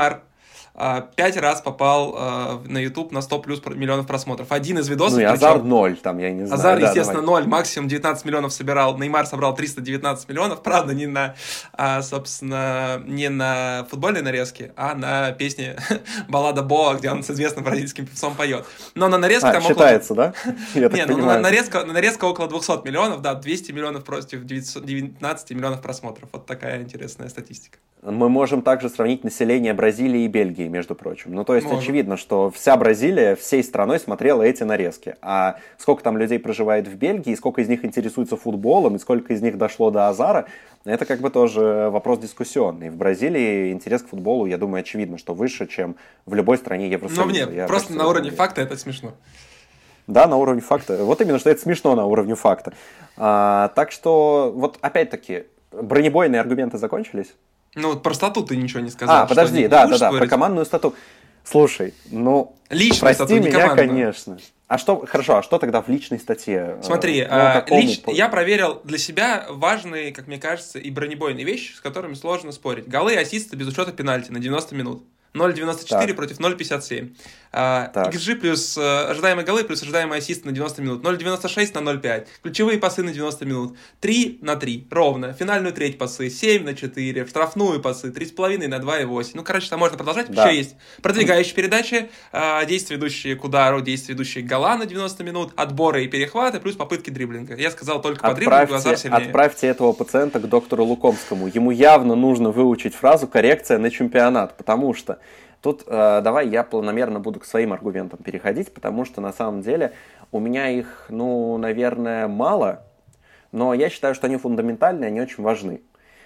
5 раз попал на YouTube на 100 плюс миллионов просмотров. Один из видосов... Ну и Азар 0, там, я не знаю. Азар, естественно, 0, максимум 19 миллионов собирал. Неймар собрал 319 миллионов. Правда, не на, собственно, не на футбольной нарезке, а на песне «Баллада Боа», где он с известным бразильским певцом поет. Но на нарезке там считается, около... да? Не, ну нарезка около 200 миллионов, да, 200 миллионов против 19 миллионов просмотров. Вот такая интересная статистика. Мы можем также сравнить население Бразилии и Бельгии, между прочим. Ну, то есть, очевидно, что вся Бразилия всей страной смотрела эти нарезки. А сколько там людей проживает в Бельгии, сколько из них интересуются футболом, и сколько из них дошло до Азара, это как бы тоже вопрос дискуссионный. В Бразилии интерес к футболу, я думаю, очевидно, что выше, чем в любой стране Евросоюза. Но мне просто на уровне факта это смешно. Да, на уровне факта. Вот именно, что это смешно на уровне факта. Так что, вот опять-таки, бронебойные аргументы закончились? Ну, про стату ты ничего не сказал. Подожди, да, про командную стату. Слушай, ну, личную прости стату, меня, командную. Конечно. Хорошо, а что тогда в личной статье? Смотри, я проверил для себя важные, как мне кажется, и бронебойные вещи, с которыми сложно спорить. Голы и ассисты без учета пенальти на 90 минут. 0,94 против 0,57. XG плюс ожидаемые голы плюс ожидаемые ассисты на 90 минут. 0,96 на 0,5. Ключевые пасы на 90 минут. 3 на 3. Ровно. Финальную треть пасы. 7 на 4. Штрафную пасы. 3,5 на 2,8. Ну, короче, там можно продолжать. Да. Еще есть продвигающие передачи, действия, ведущие к удару, действия, ведущие к гола на 90 минут, отборы и перехваты, плюс попытки дриблинга. Я сказал только по дриблингу, Азар сильнее. Отправьте этого пациента к доктору Лукомскому. Ему явно нужно выучить фразу «коррекция на чемпионат», потому что тут давай я планомерно буду к своим аргументам переходить, потому что на самом деле у меня их, наверное, мало, но я считаю, что они фундаментальные, они очень важны.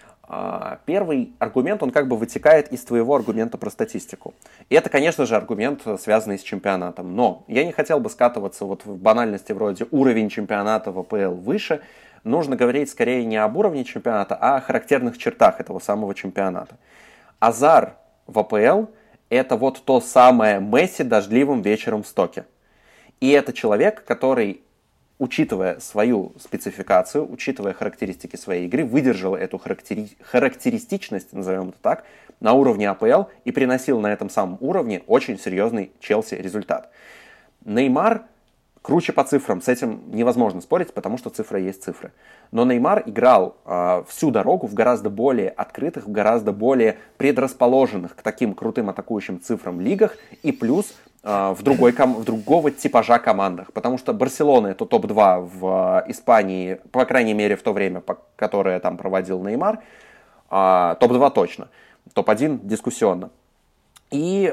Первый аргумент, он как бы вытекает из твоего аргумента про статистику. И это, конечно же, аргумент, связанный с чемпионатом. Но я не хотел бы скатываться вот в банальности вроде уровень чемпионата в АПЛ выше. Нужно говорить скорее не об уровне чемпионата, а о характерных чертах этого самого чемпионата. Азар в АПЛ – это вот то самое Месси дождливым вечером в Стоке. И это человек, который, учитывая свою спецификацию, учитывая характеристики своей игры, выдержал эту характеристичность, назовем это так, на уровне АПЛ и приносил на этом самом уровне очень серьезный Челси результат. Неймар круче по цифрам, с этим невозможно спорить, потому что цифра есть цифры. Но Неймар играл всю дорогу в гораздо более открытых, в гораздо более предрасположенных к таким крутым атакующим цифрам лигах и плюс в другого типажа командах. Потому что Барселона — это топ-2 в Испании, по крайней мере в то время, которое там проводил Неймар. Топ-2 точно. Топ-1 дискуссионно. И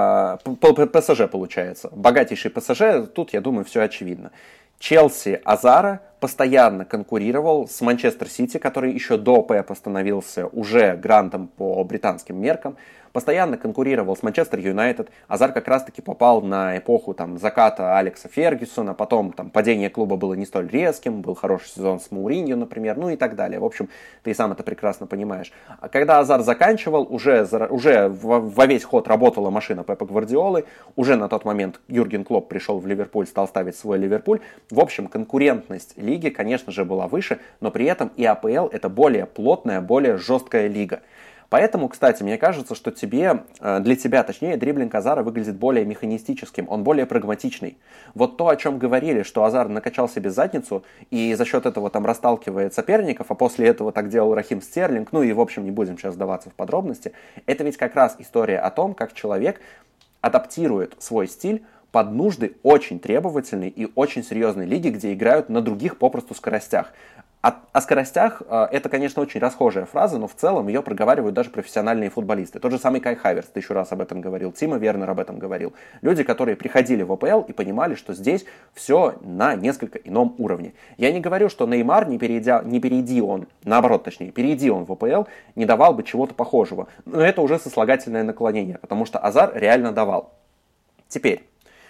ПСЖ получается. Богатейший ПСЖ, тут, я думаю, все очевидно. Челси Азара постоянно конкурировал с Манчестер Сити, который еще до Пепа становился уже грандом по британским меркам. Постоянно конкурировал с Манчестер Юнайтед. Азар как раз-таки попал на эпоху заката Алекса Фергюсона. Потом падение клуба было не столь резким. Был хороший сезон с Мауриньо, например. Ну и так далее. В общем, ты и сам это прекрасно понимаешь. А когда Азар заканчивал, уже во весь ход работала машина Пепа Гвардиолы. Уже на тот момент Юрген Клопп пришел в Ливерпуль, стал ставить свой Ливерпуль. В общем, конкурентность лиги, конечно же, была выше. Но при этом и АПЛ — это более плотная, более жесткая лига. Поэтому, кстати, мне кажется, что для тебя, точнее, дриблинг Азара выглядит более механистическим, он более прагматичный. Вот то, о чем говорили, что Азар накачал себе задницу и за счет этого расталкивает соперников, а после этого так делал Рахим Стерлинг, ну и, в общем, не будем сейчас вдаваться в подробности, это ведь как раз история о том, как человек адаптирует свой стиль под нужды очень требовательной и очень серьезной лиги, где играют на других попросту скоростях. О скоростях это, конечно, очень расхожая фраза, но в целом ее проговаривают даже профессиональные футболисты. Тот же самый Кай Хаверс 1000 раз об этом говорил, Тимо Вернер об этом говорил. Люди, которые приходили в АПЛ и понимали, что здесь все на несколько ином уровне. Я не говорю, что Неймар, не перейди он, наоборот, точнее, перейди он в АПЛ, не давал бы чего-то похожего. Но это уже сослагательное наклонение, потому что Азар реально давал. Теперь,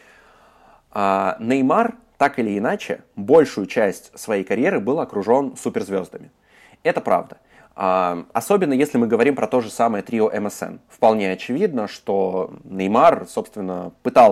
Неймар так или иначе, большую часть своей карьеры был окружен суперзвездами. Это правда. Особенно если мы говорим про то же самое трио МСН. Вполне очевидно, что Неймар, собственно,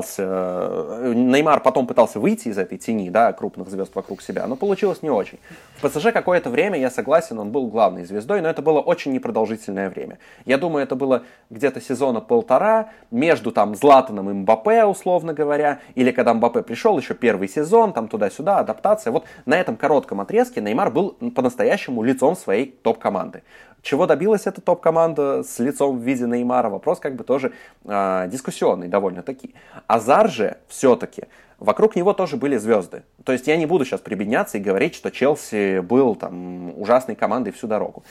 Неймар потом пытался выйти из этой тени, да, крупных звезд вокруг себя, но получилось не очень. В ПСЖ какое-то время, я согласен, он был главной звездой, но это было очень непродолжительное время. Я думаю, это было где-то сезона полтора, между там Златаном и Мбаппе, условно говоря, или когда Мбаппе пришел, еще первый сезон, там туда-сюда, адаптация. Вот на этом коротком отрезке Неймар был по-настоящему лицом своей топ-команды. Чего добилась эта топ-команда с лицом в виде Неймара? Вопрос как бы тоже дискуссионный довольно-таки. Азар же все-таки, вокруг него тоже были звезды. То есть я не буду сейчас прибедняться и говорить, что Челси был там ужасной командой всю дорогу.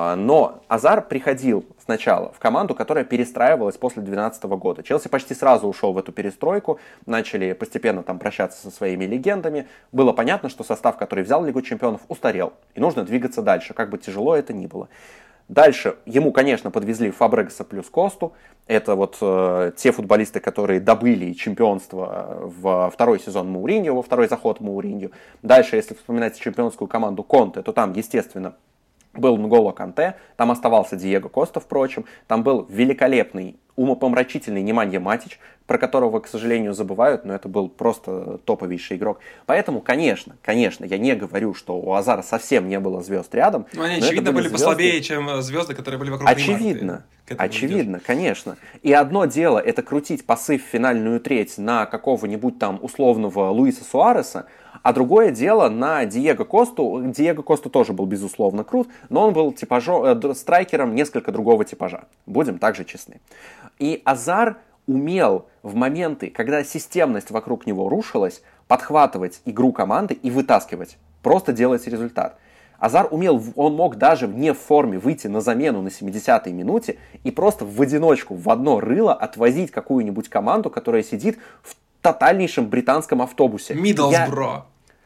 Но Азар приходил сначала в команду, которая перестраивалась после 2012 года. Челси почти сразу ушел в эту перестройку, начали постепенно там прощаться со своими легендами. Было понятно, что состав, который взял Лигу Чемпионов, устарел. И нужно двигаться дальше, как бы тяжело это ни было. Дальше ему, конечно, подвезли Фабрегаса плюс Косту. Это вот те футболисты, которые добыли чемпионство во второй сезон Мауриньо, во второй заход Мауриньо. Дальше, если вспоминать чемпионскую команду Конте, то там, естественно, был Нголо Канте, там оставался Диего Коста, впрочем, там был великолепный, умопомрачительный Неманья Матич, про которого, к сожалению, забывают, но это был просто топовейший игрок. Поэтому, конечно, я не говорю, что у Азара совсем не было звезд рядом. Но они, очевидно, были послабее, чем звезды, которые были вокруг Неймара. Очевидно, конечно. И одно дело это крутить пасы в финальную треть на какого-нибудь там условного Луиса Суареса, а другое дело на Диего Косту. Диего Коста тоже был, безусловно, крут, но он был страйкером несколько другого типажа. Будем также честны. И Азар умел в моменты, когда системность вокруг него рушилась, подхватывать игру команды и вытаскивать. Просто делать результат. Азар умел, он мог даже не в форме выйти на замену на 70-й минуте и просто в одиночку, в одно рыло отвозить какую-нибудь команду, которая сидит в тотальнейшем британском автобусе. Миддлсбро.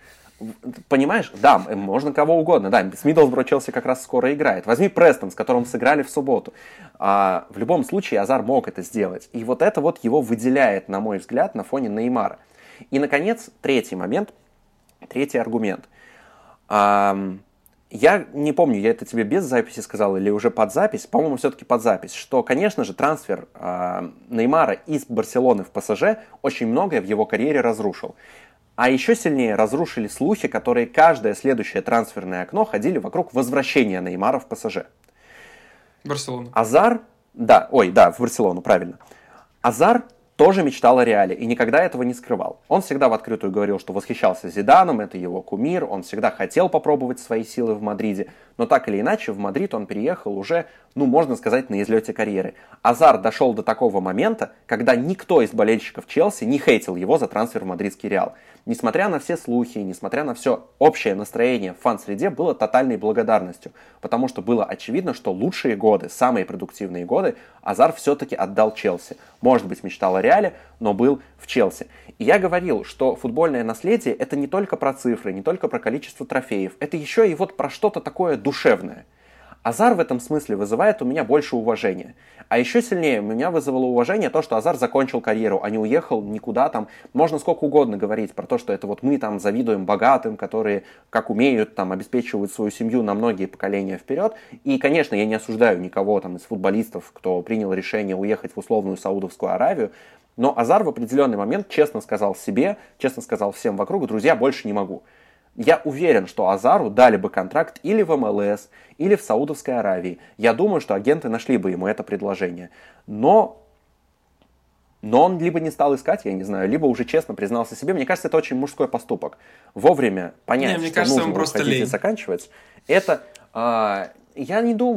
Понимаешь? Да, можно кого угодно. Да, с Миддлсбро Челси как раз скоро играет. Возьми Престон, с которым сыграли в субботу. В любом случае Азар мог это сделать. И вот это вот его выделяет, на мой взгляд, на фоне Неймара. И, наконец, третий момент, третий аргумент. Я не помню, я это тебе без записи сказал или уже под запись, по-моему, все-таки под запись, что, конечно же, трансфер Неймара из Барселоны в ПСЖ очень многое в его карьере разрушил. А еще сильнее разрушили слухи, которые каждое следующее трансферное окно ходили вокруг возвращения Неймара в ПСЖ. Барселона. Азар, в Барселону, правильно. Азар тоже мечтал о Реале и никогда этого не скрывал. Он всегда в открытую говорил, что восхищался Зиданом, это его кумир, он всегда хотел попробовать свои силы в Мадриде, но так или иначе в Мадрид он переехал уже, можно сказать, на излете карьеры. Азар дошел до такого момента, когда никто из болельщиков Челси не хейтил его за трансфер в мадридский Реал. Несмотря на все слухи, несмотря на все, общее настроение в фан-среде было тотальной благодарностью, потому что было очевидно, что лучшие годы, самые продуктивные годы Азар все-таки отдал Челси. Может быть, мечтал о Реале, но был в Челси. И я говорил, что футбольное наследие это не только про цифры, не только про количество трофеев, это еще и вот про что-то такое душевное. Азар в этом смысле вызывает у меня больше уважения. А еще сильнее меня вызвало уважение то, что Азар закончил карьеру, а не уехал никуда там. Можно сколько угодно говорить про то, что это вот мы там завидуем богатым, которые как умеют там обеспечивают свою семью на многие поколения вперед. И, конечно, я не осуждаю никого там из футболистов, кто принял решение уехать в условную Саудовскую Аравию. Но Азар в определенный момент честно сказал себе, честно сказал всем вокруг: друзья, больше не могу. Я уверен, что Азару дали бы контракт или в МЛС, или в Саудовской Аравии. Я думаю, что агенты нашли бы ему это предложение. Но он либо не стал искать, я не знаю, либо уже честно признался себе. Мне кажется, это очень мужской поступок. Вовремя понять, что нужно уходить и заканчивать. Это, я не думаю.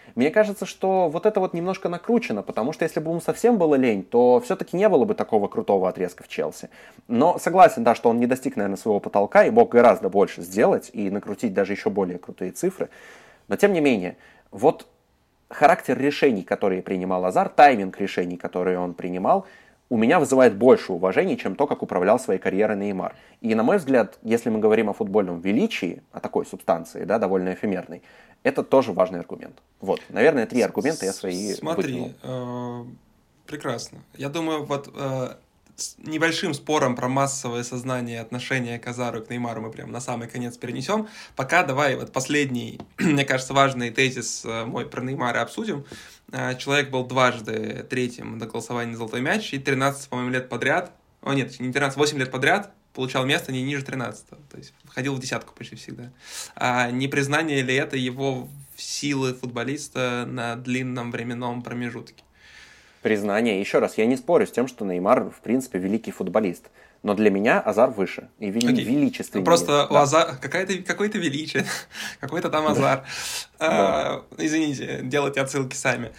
Мне кажется, что вот это вот немножко накручено, потому что если бы ему совсем было лень, то все-таки не было бы такого крутого отрезка в Челси. Но согласен, да, что он не достиг, наверное, своего потолка и мог гораздо больше сделать и накрутить даже еще более крутые цифры. Но тем не менее, вот характер решений, которые принимал Азар, тайминг решений, которые он принимал, у меня вызывает больше уважения, чем то, как управлял своей карьерой Неймар. И, на мой взгляд, если мы говорим о футбольном величии, о такой субстанции, да, довольно эфемерной, это тоже важный аргумент. Вот, наверное, 3 аргумента я свои Смотри, прекрасно. Я думаю, вот с небольшим спором про массовое сознание и отношение к Азару и к Неймару мы прям на самый конец перенесем. Пока давай вот последний, мне кажется, важный тезис мой про Неймара обсудим. Человек был дважды третьим на голосовании на «Золотой мяч» и 13, по-моему, лет подряд, не 13, 8 лет подряд получал место не ниже 13-го, то есть входил в десятку почти всегда. Не признание ли это его силы футболиста на длинном временном промежутке? Признание. Еще раз, я не спорю с тем, что Неймар, в принципе, великий футболист. Но для меня Азар выше и величественнее. Просто у Азара какое-то величие, какой-то там Азар. Извините, делайте отсылки сами.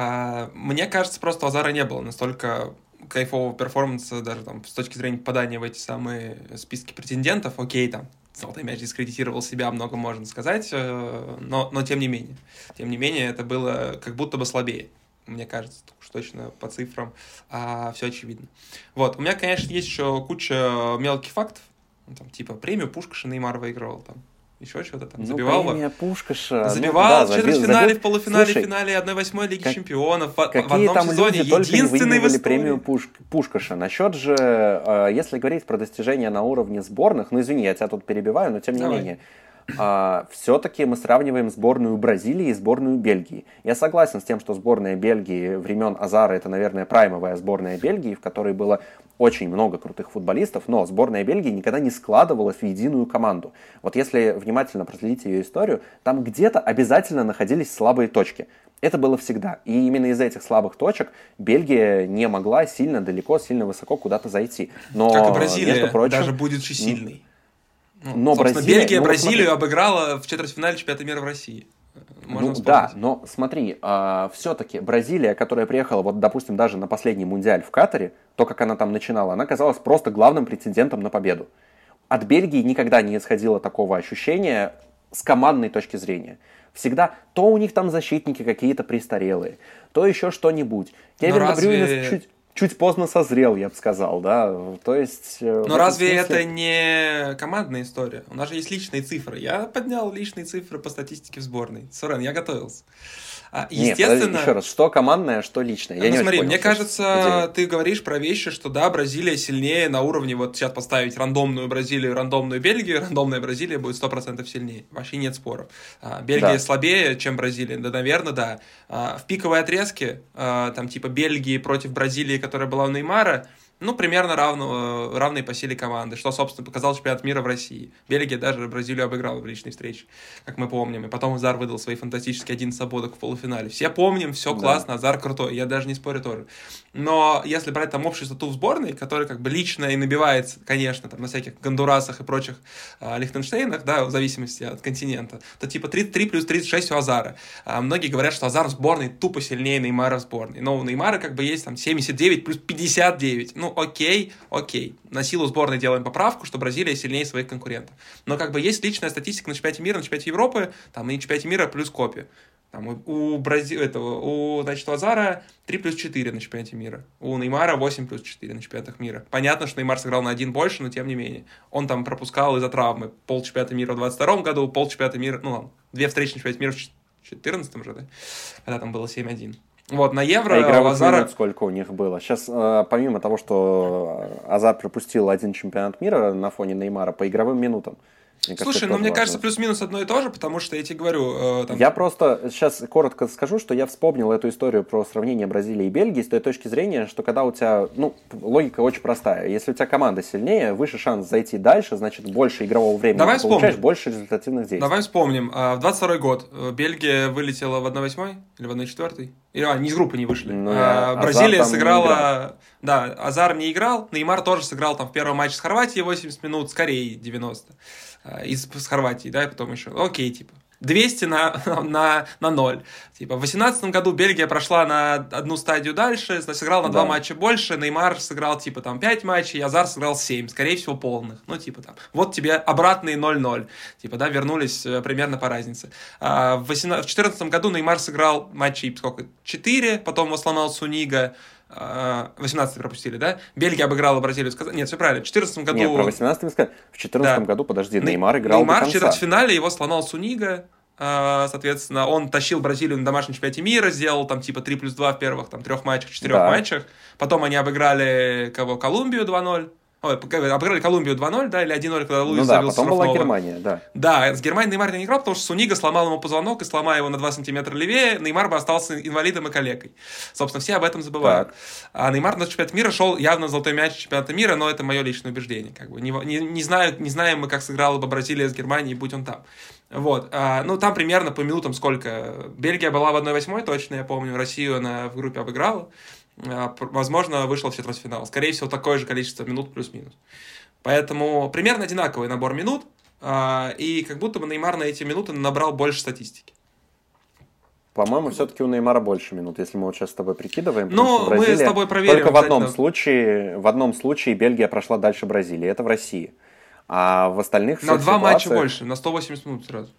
Мне кажется, просто у Азара не было настолько кайфового перформанса, даже там с точки зрения попадания в эти самые списки претендентов. Окей, там «Золотой мяч» дискредитировал себя, много можно сказать, но тем не менее. Тем не менее, это было как будто бы слабее. Мне кажется, уж точно по цифрам все очевидно. Вот, у меня, конечно, есть еще куча мелких фактов, там, типа премию Пушкаша Неймар выигрывал, там, еще что-то там, забивал. Премия Пушкаша. Забивал в четвертьфинале, в полуфинале, в финале 1/8 Лиги Чемпионов, в одном там сезоне, люди только не единственный в выигрывали истории. премию Пушкаша. Насчет же, если говорить про достижения на уровне сборных, ну извини, я тебя тут перебиваю, но тем не менее, все-таки мы сравниваем сборную Бразилии и сборную Бельгии. Я согласен с тем, что сборная Бельгии времен Азара это, наверное, праймовая сборная Бельгии, в которой было очень много крутых футболистов, но сборная Бельгии никогда не складывалась в единую команду. Вот если внимательно проследить ее историю, там где-то обязательно находились слабые точки. Это было всегда. И именно из-за этих слабых точек Бельгия не могла сильно далеко, сильно высоко куда-то зайти. Но, как и Бразилия, между прочим, даже будучи сильной. Но Бельгия Бразилию обыграла в четвертьфинале чемпионата мира в России. Да, но смотри, все-таки Бразилия, которая приехала, вот, допустим, даже на последний мундиаль в Катаре, то, как она там начинала, она казалась просто главным претендентом на победу. От Бельгии никогда не исходило такого ощущения с командной точки зрения. Всегда то у них там защитники какие-то престарелые, то еще что-нибудь. Кевин Де Брюйне чуть поздно созрел, я бы сказал, да, то есть... Но разве это не командная история? У нас же есть личные цифры. Я поднял личные цифры по статистике в сборной. Сурен, я готовился. Естественно... Нет, еще раз, что командное, что личное? Я не смотри, очень понял, мне кажется, ты говоришь про вещи, что да, Бразилия сильнее на уровне, вот сейчас поставить рандомную Бразилию, рандомную Бельгию, рандомная Бразилия будет 100% сильнее. Вообще нет споров. Бельгия слабее, чем Бразилия, да, наверное, да. В пиковой отрезке, там типа Бельгии против Бразилии, которая была у Неймара, ну, примерно равные по силе команды, что, собственно, показал чемпионат мира в России. Бельгия даже Бразилию обыграла в личной встрече, как мы помним. И потом Азар выдал свои фантастические 11 обводок в полуфинале. Все помним, все классно, Азар крутой, я даже не спорю тоже. Но если брать там общую стату в сборной, которая как бы лично и набивается, конечно, там на всяких Гондурасах и прочих Лихтенштейнах, да, в зависимости от континента, то типа 33 плюс 36 у Азара. Многие говорят, что Азар в сборной тупо сильнее Неймара в сборной. Но у Неймара как бы есть там 79 плюс 59. Ну, окей. На силу сборной делаем поправку, что Бразилия сильнее своих конкурентов. Но как бы есть личная статистика на чемпионате мира, на чемпионате Европы, там и на чемпионате мира плюс копия. Там у Азара 3 плюс 4 на чемпионате мира. У Неймара 8 плюс 4 на чемпионатах мира. Понятно, что Неймар сыграл на один больше, но тем не менее. Он там пропускал из-за травмы полчемпионата мира в 22 году, полчемпионата мира, 2 встречи на чемпионате мира в 14 уже, да? Когда там было 7-1. Вот, на Евро игровых Азара... минут сколько у них было? Сейчас, помимо того, что Азар пропустил один чемпионат мира на фоне Неймара, по игровым минутам. Слушай, мне кажется, плюс-минус одно и то же, потому что я тебе говорю... Я просто сейчас коротко скажу, что я вспомнил эту историю про сравнение Бразилии и Бельгии с той точки зрения, что когда у тебя... логика очень простая. Если у тебя команда сильнее, выше шанс зайти дальше, значит, больше игрового времени ты получаешь, больше результативных действий. Давай вспомним. В 22 год Бельгия вылетела в 1/8 или в 1/4? Или не из группы не вышли. Бразилия сыграла... Да, Азар не играл, Неймар тоже сыграл там в первом матче с Хорватией 80 минут, скорее 90. С Хорватией, да, и потом еще. Окей, типа. 200 на 0. Типа, в 2018 году Бельгия прошла на одну стадию дальше, сыграл на 2 матча больше, Неймар сыграл, типа, там, 5 матчей, Азар сыграл 7, скорее всего, полных. Ну, типа, там, вот тебе обратные 0-0. Типа, да, вернулись примерно по разнице. В 2014 году Неймар сыграл матчей, сколько, 4, потом его сломал Сунига, 18 пропустили, да? Бельгия обыграла Бразилию. Нет, все правильно. В 2014 году... Нет, про 18 мы сказали. В 2014 году, подожди, Неймар играл Неймар до конца. в четвертьфинале его сломал Сунига. Соответственно, он тащил Бразилию на домашнем чемпионате мира, сделал там типа 3+2 в первых там 3 матчах, 4 матчах. Потом они обыграли кого? Колумбию 2-0. Ой, обыграли Колумбию 2-0, да, или 1-0, когда Луис забил с потом штрафного. была Германия, да. Да, с Германией Неймар не играл, потому что Сунига сломал ему позвонок, и сломая его на 2 сантиметра левее, Неймар бы остался инвалидом и калекой. Собственно, все об этом забывают. А Неймар на чемпионат мира шел явно золотой мяч чемпионата мира, но это мое личное убеждение. Как бы. Не знаем мы, как сыграла бы Бразилия с Германией, будь он там. Вот. Ну, там примерно по минутам сколько. Бельгия была в 1/8 точно, я помню. Россию она в группе обыграла. Возможно, вышел в четвертьфинал. Скорее всего, такое же количество минут плюс-минус. Поэтому примерно одинаковый набор минут. И как будто бы Неймар на эти минуты набрал больше статистики. По-моему, все-таки у Неймара больше минут, если мы вот сейчас с тобой прикидываем. Ну, мы с тобой проверим. Только в одном случае Бельгия прошла дальше Бразилии. Это в России. А в остальных на 2 матча больше, на 180 минут сразу.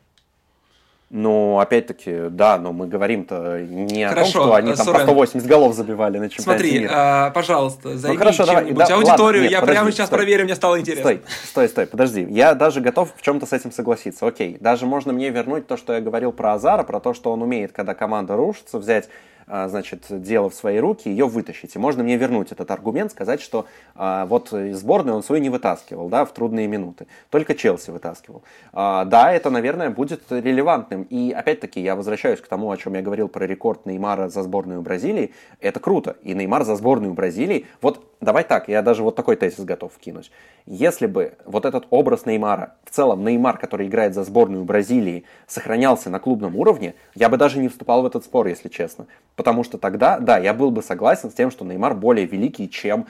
Ну, опять-таки, да, но мы говорим-то не о том, что они там по 180 голов забивали на чемпионате мира. Смотри, пожалуйста, займи чем-нибудь аудиторию, ладно, прямо сейчас проверю, мне стало интересно. Стой, подожди. Я даже готов в чем-то с этим согласиться. Окей, даже можно мне вернуть то, что я говорил про Азара, про то, что он умеет, когда команда рушится, взять, значит, дело в свои руки, ее вытащить. И можно мне вернуть этот аргумент, сказать, что вот сборную он свою не вытаскивал, да, в трудные минуты. Только Челси вытаскивал. Да, это, наверное, будет релевантным. И опять-таки я возвращаюсь к тому, о чем я говорил про рекорд Неймара за сборную Бразилии. Это круто. И Неймар за сборную Бразилии. Вот давай так, я даже вот такой тезис готов вкинуть. Если бы вот этот образ Неймара, в целом Неймар, который играет за сборную Бразилии, сохранялся на клубном уровне, я бы даже не вступал в этот спор, если честно. Потому что тогда, да, я был бы согласен с тем, что Неймар более великий, чем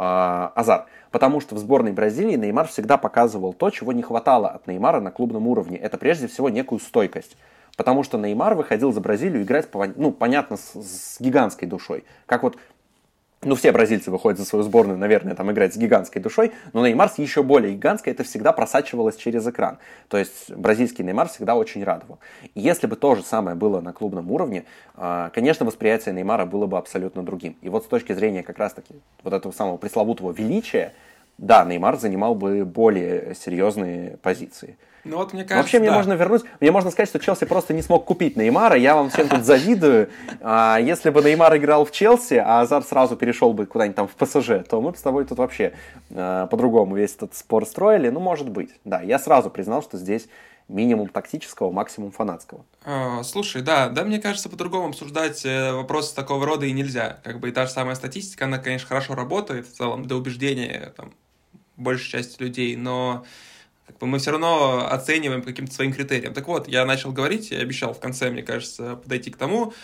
Азар. Потому что в сборной Бразилии Неймар всегда показывал то, чего не хватало от Неймара на клубном уровне. Это прежде всего некую стойкость. Потому что Неймар выходил за Бразилию играть, ну, понятно, с гигантской душой. Как вот, ну, все бразильцы выходят за свою сборную, наверное, там играть с гигантской душой, но Неймар с еще более гигантской, это всегда просачивалось через экран. То есть бразильский Неймар всегда очень радовал. И если бы то же самое было на клубном уровне, конечно, восприятие Неймара было бы абсолютно другим. И вот с точки зрения как раз-таки вот этого самого пресловутого величия, да, Неймар занимал бы более серьезные позиции. Ну вот, мне кажется, вообще, мне можно сказать, что Челси просто не смог купить Неймара, я вам всем тут завидую. Если бы Неймар играл в Челси, а Азар сразу перешел бы куда-нибудь там в ПСЖ, то мы бы с тобой тут вообще по-другому весь этот спор строили. Ну, может быть. Да, я сразу признал, что здесь минимум тактического, максимум фанатского. Слушай, да, мне кажется, по-другому обсуждать вопросы такого рода и нельзя. Как бы и та же самая статистика, она, конечно, хорошо работает в целом до убеждения там, большей части людей, но как бы мы все равно оцениваем по каким-то своим критериям. Так вот, я начал говорить, я обещал в конце, мне кажется, подойти к тому,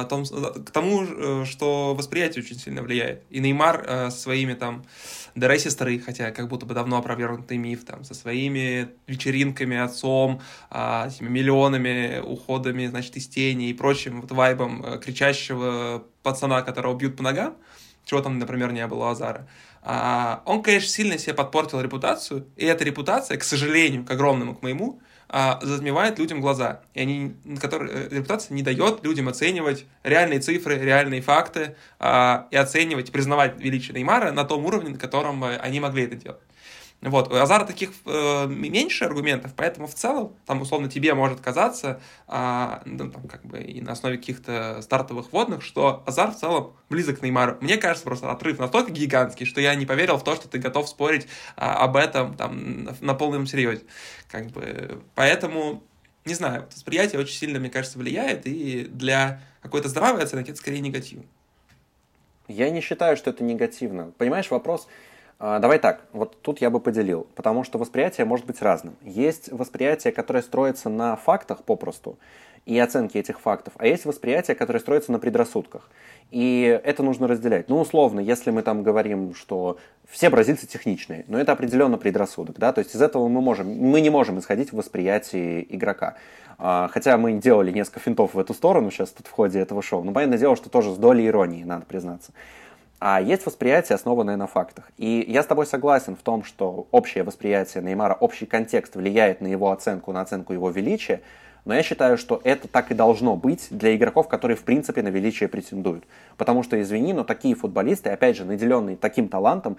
что восприятие очень сильно влияет. И Неймар своими там Дересистеры, хотя как будто бы давно опровергнутый миф, там, со своими вечеринками, отцом, этими миллионами, уходами, значит, из тени и прочим вот вайбом кричащего пацана, которого бьют по ногам, чего там, например, не было у Азара. Он, конечно, сильно себе подпортил репутацию, и эта репутация, к сожалению, к огромному, к моему, затмевает людям глаза. Репутация не дает людям оценивать реальные цифры, реальные факты, и оценивать, признавать величие Неймара на том уровне, на котором они могли это делать. Вот. У Азара таких меньше аргументов, поэтому в целом, там, условно, тебе может казаться, там, как бы и на основе каких-то стартовых вводных, что Азар в целом близок к Неймару. Мне кажется, просто отрыв настолько гигантский, что я не поверил в то, что ты готов спорить об этом там, на полном серьезе. Как бы, поэтому, не знаю, восприятие очень сильно, мне кажется, влияет, и для какой-то здравой оценки это скорее негативно. Я не считаю, что это негативно. Понимаешь, вопрос... Давай так, вот тут я бы поделил, потому что восприятие может быть разным. Есть восприятие, которое строится на фактах попросту и оценке этих фактов, а есть восприятие, которое строится на предрассудках. И это нужно разделять. Ну, условно, если мы там говорим, что все бразильцы техничные, но это определенно предрассудок, да, то есть из этого мы не можем исходить в восприятии игрока. Хотя мы делали несколько финтов в эту сторону сейчас тут в ходе этого шоу, но понятное дело, что тоже с долей иронии, надо признаться. А есть восприятие, основанное на фактах. И я с тобой согласен в том, что общее восприятие Неймара, общий контекст влияет на его оценку, на оценку его величия, но я считаю, что это так и должно быть для игроков, которые в принципе на величие претендуют. Потому что, извини, но такие футболисты, опять же, наделенные таким талантом,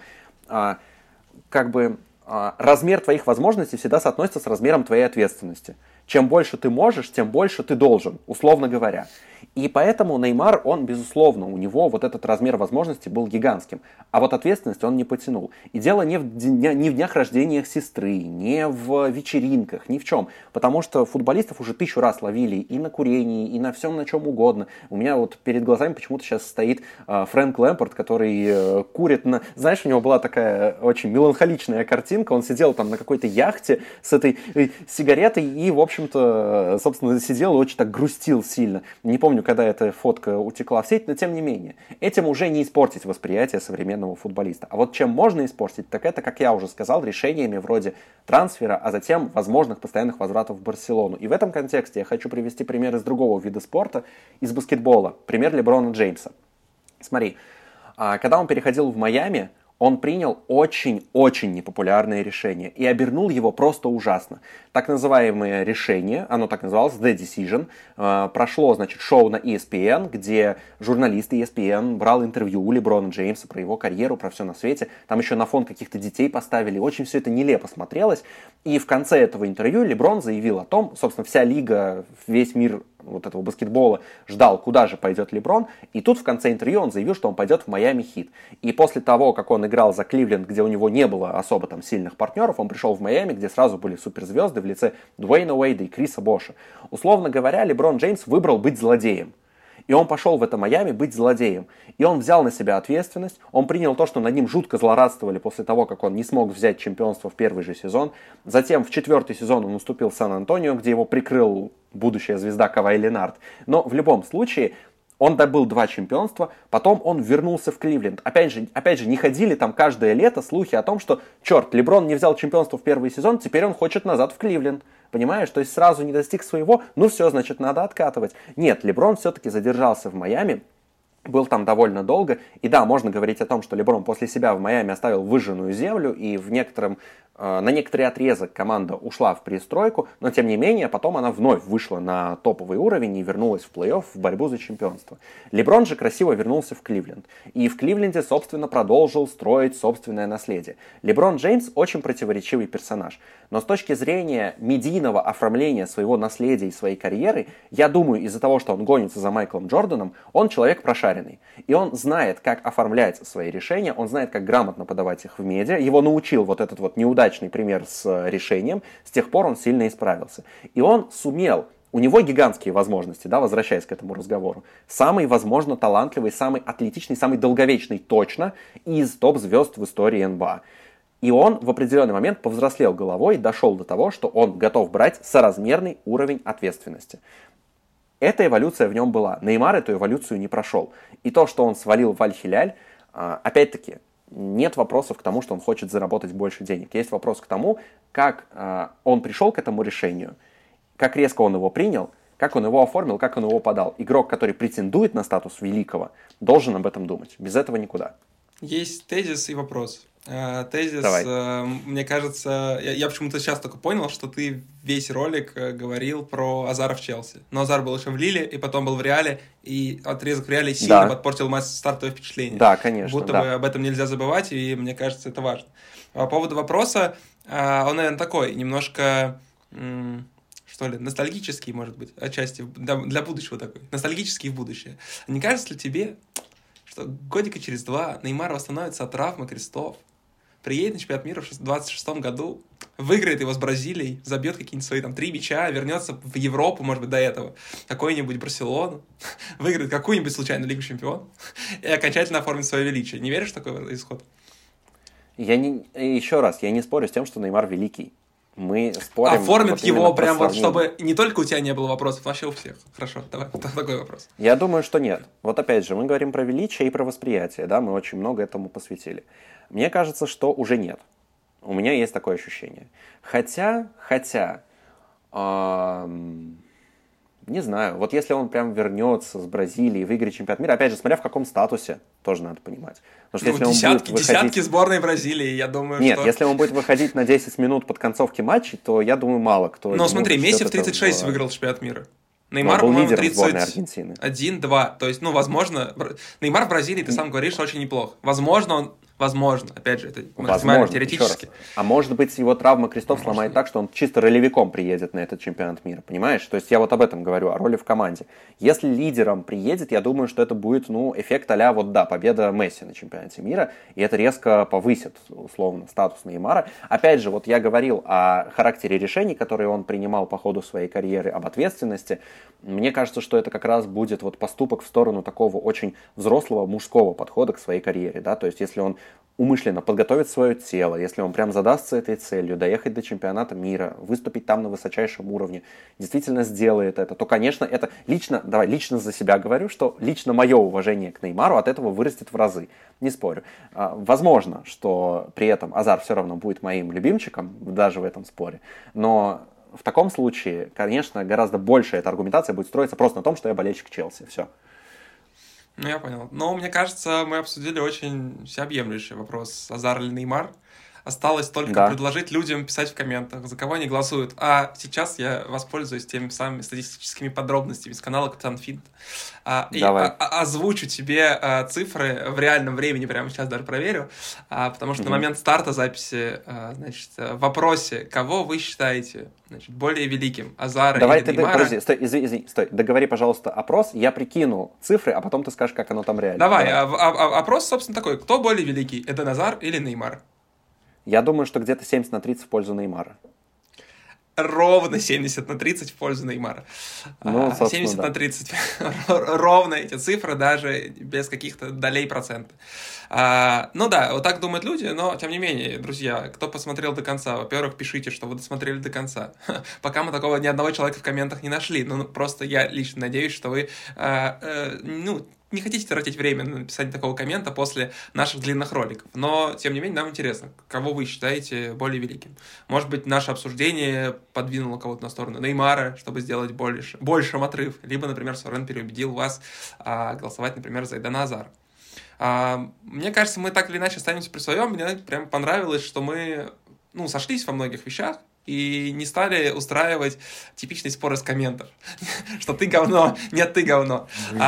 размер твоих возможностей всегда соотносится с размером твоей ответственности. Чем больше ты можешь, тем больше ты должен, условно говоря. И поэтому Неймар, он, безусловно, у него вот этот размер возможностей был гигантским. А вот ответственность он не потянул. И дело не в днях рождения сестры, не в вечеринках, ни в чем. Потому что футболистов уже 1000 раз ловили и на курении, и на всем, на чем угодно. У меня вот перед глазами почему-то сейчас стоит Фрэнк Лэмпард, который курит на... Знаешь, у него была такая очень меланхоличная картинка. Он сидел там на какой-то яхте с этой сигаретой и, в общем-то, собственно, сидел и очень так грустил сильно. Не помню, когда эта фотка утекла в сеть, но тем не менее. Этим уже не испортить восприятие современного футболиста. А вот чем можно испортить, так это, как я уже сказал, решениями вроде трансфера, а затем возможных постоянных возвратов в Барселону. И в этом контексте я хочу привести пример из другого вида спорта, из баскетбола. Пример Леброна Джеймса. Смотри, когда он переходил в Майами, он принял очень-очень непопулярное решение и обернул его просто ужасно. Так называемое решение, оно так называлось, The Decision, прошло, значит, шоу на ESPN, где журналист ESPN брал интервью у Леброна Джеймса про его карьеру, про все на свете. Там еще на фон каких-то детей поставили. Очень все это нелепо смотрелось. И в конце этого интервью Леброн заявил о том, собственно, вся лига, весь мир вот этого баскетбола ждал, куда же пойдет Леброн. И тут в конце интервью он заявил, что он пойдет в Майами Хит. И после того, как он играл за Кливленд, где у него не было особо там сильных партнеров, он пришел в Майами, где сразу были суперзвезды в лице Дуэйна Уэйда и Криса Боша. Условно говоря, Леброн Джеймс выбрал быть злодеем. И он пошел в это Майами быть злодеем. И он взял на себя ответственность, он принял то, что над ним жутко злорадствовали после того, как он не смог взять чемпионство в первый же сезон. Затем в 4-й сезон он уступил Сан-Антонио, где его прикрыл будущая звезда Кавай Ленард. Но в любом случае, он добыл 2 чемпионства, потом он вернулся в Кливленд. Опять же, не ходили там каждое лето слухи о том, что, черт, Леброн не взял чемпионство в первый сезон, теперь он хочет назад в Кливленд. Понимаешь? То есть сразу не достиг своего, ну все, значит, надо откатывать. Нет, Леброн все-таки задержался в Майами, был там довольно долго. И да, можно говорить о том, что Леброн после себя в Майами оставил выжженную землю, и на некоторый отрезок команда ушла в перестройку, но тем не менее потом она вновь вышла на топовый уровень и вернулась в плей-офф в борьбу за чемпионство. Леброн же красиво вернулся в Кливленд. И в Кливленде, собственно, продолжил строить собственное наследие. Леброн Джеймс очень противоречивый персонаж. Но с точки зрения медийного оформления своего наследия и своей карьеры, я думаю, из-за того, что он гонится за Майклом Джорданом, он человек прошаренный. И он знает, как оформлять свои решения, он знает, как грамотно подавать их в медиа. Его научил вот этот вот неудачный пример с решением. С тех пор он сильно исправился. И он сумел, у него гигантские возможности, да, возвращаясь к этому разговору, самый, возможно, талантливый, самый атлетичный, самый долговечный точно из топ-звезд в истории НБА. И он в определенный момент повзрослел головой и дошел до того, что он готов брать соразмерный уровень ответственности. Эта эволюция в нем была. Неймар эту эволюцию не прошел. И то, что он свалил в Аль-Хиляль, опять-таки, нет вопросов к тому, что он хочет заработать больше денег. Есть вопрос к тому, как он пришел к этому решению, как резко он его принял, как он его оформил, как он его подал. Игрок, который претендует на статус великого, должен об этом думать. Без этого никуда. Есть тезис и вопрос. Тезис, Давай. Мне кажется, я почему-то сейчас только понял, что ты весь ролик говорил про Азара в Челси. Но Азар был еще в Лиле, и потом был в Реале, и отрезок в Реале сильно подпортил стартовое впечатление. Да, конечно. Будто бы об этом нельзя забывать, и мне кажется, это важно. По поводу вопроса, он, наверное, такой, немножко, что ли, ностальгический, может быть, отчасти, для будущего такой, ностальгический в будущее. Не кажется ли тебе, что годика через 2 Неймар восстановится от травмы крестов, приедет на чемпионат мира в 2026 году, выиграет его с Бразилией, забьет какие-нибудь свои там 3 мяча, вернется в Европу, может быть, до этого, какую-нибудь Барселону, выиграет какую-нибудь случайную Лигу Чемпионов и окончательно оформит свое величие. Не веришь в такой исход? Еще раз, я не спорю с тем, что Неймар великий. Мы спорим... Оформят вот его прям вот, сравнение. чтобы не только у тебя не было вопросов, вообще у всех. Хорошо, давай, такой вопрос. Я думаю, что нет. Вот опять же, мы говорим про величие и про восприятие, да, мы очень много этому посвятили. Мне кажется, что уже нет. У меня есть такое ощущение. Хотя, не знаю, вот если он прям вернется с Бразилии, выиграет чемпионат мира, опять же, смотря в каком статусе, тоже надо понимать. Потому что если он будет десятки сборной Бразилии, я думаю, Нет, что... если он будет выходить на 10 минут подготовки матчей, то я думаю, мало кто... Но смотри, Месси в 36 выиграл чемпионат мира. Неймар, по-моему, 31-2. То есть, возможно... Неймар в Бразилии, ты сам говоришь, очень неплохо. Возможно, опять же, это максимально теоретически. А может быть, его травма крестов сломает так, что он чисто ролевиком приедет на этот чемпионат мира, понимаешь? То есть я вот об этом говорю, о роли в команде. Если лидером приедет, я думаю, что это будет, эффект а-ля победа Месси на чемпионате мира, и это резко повысит, условно, статус Неймара. Опять же, вот я говорил о характере решений, которые он принимал по ходу своей карьеры, об ответственности. Мне кажется, что это как раз будет вот поступок в сторону такого очень взрослого мужского подхода к своей карьере, да, то есть если он умышленно подготовит свое тело, если он прям задастся этой целью, доехать до чемпионата мира, выступить там на высочайшем уровне, действительно сделает это, то, конечно, это лично за себя говорю, что лично мое уважение к Неймару от этого вырастет в разы, не спорю. Возможно, что при этом Азар все равно будет моим любимчиком, даже в этом споре, но в таком случае, конечно, гораздо больше эта аргументация будет строиться просто на том, что я болельщик Челси, все. Ну, я понял. Но мне кажется, мы обсудили очень всеобъемлющий вопрос Азар или Неймар. Осталось только предложить людям писать в комментах, за кого они голосуют. А сейчас я воспользуюсь теми самыми статистическими подробностями с канала Капитан Финт. И озвучу тебе цифры в реальном времени, прямо сейчас даже проверю. Потому что на момент старта записи, в вопросе, кого вы считаете более великим, Азара или Неймара? Подожди, стой, договори, пожалуйста, опрос, я прикину цифры, а потом ты скажешь, как оно там реально. Давай. Опрос, собственно, такой, кто более великий, Эден Азар или Неймар? Я думаю, что где-то 70-30 в пользу Неймара. Ровно 70-30 в пользу Неймара. 70-30. Ровно эти цифры, даже без каких-то долей процента. Вот так думают люди, но, тем не менее, друзья, кто посмотрел до конца, во-первых, пишите, что вы досмотрели до конца. Пока мы такого ни одного человека в комментах не нашли, просто я лично надеюсь, что вы, не хотите тратить время на написание такого коммента после наших длинных роликов. Но, тем не менее, нам интересно, кого вы считаете более великим. Может быть, наше обсуждение подвинуло кого-то на сторону Неймара, чтобы сделать большим отрыв. Либо, например, Сорен переубедил вас голосовать, например, за Эдена Азара. Мне кажется, мы так или иначе останемся при своем. Мне прям понравилось, что мы сошлись во многих вещах. И не стали устраивать типичный спор из комментов, что ты говно, нет, ты говно.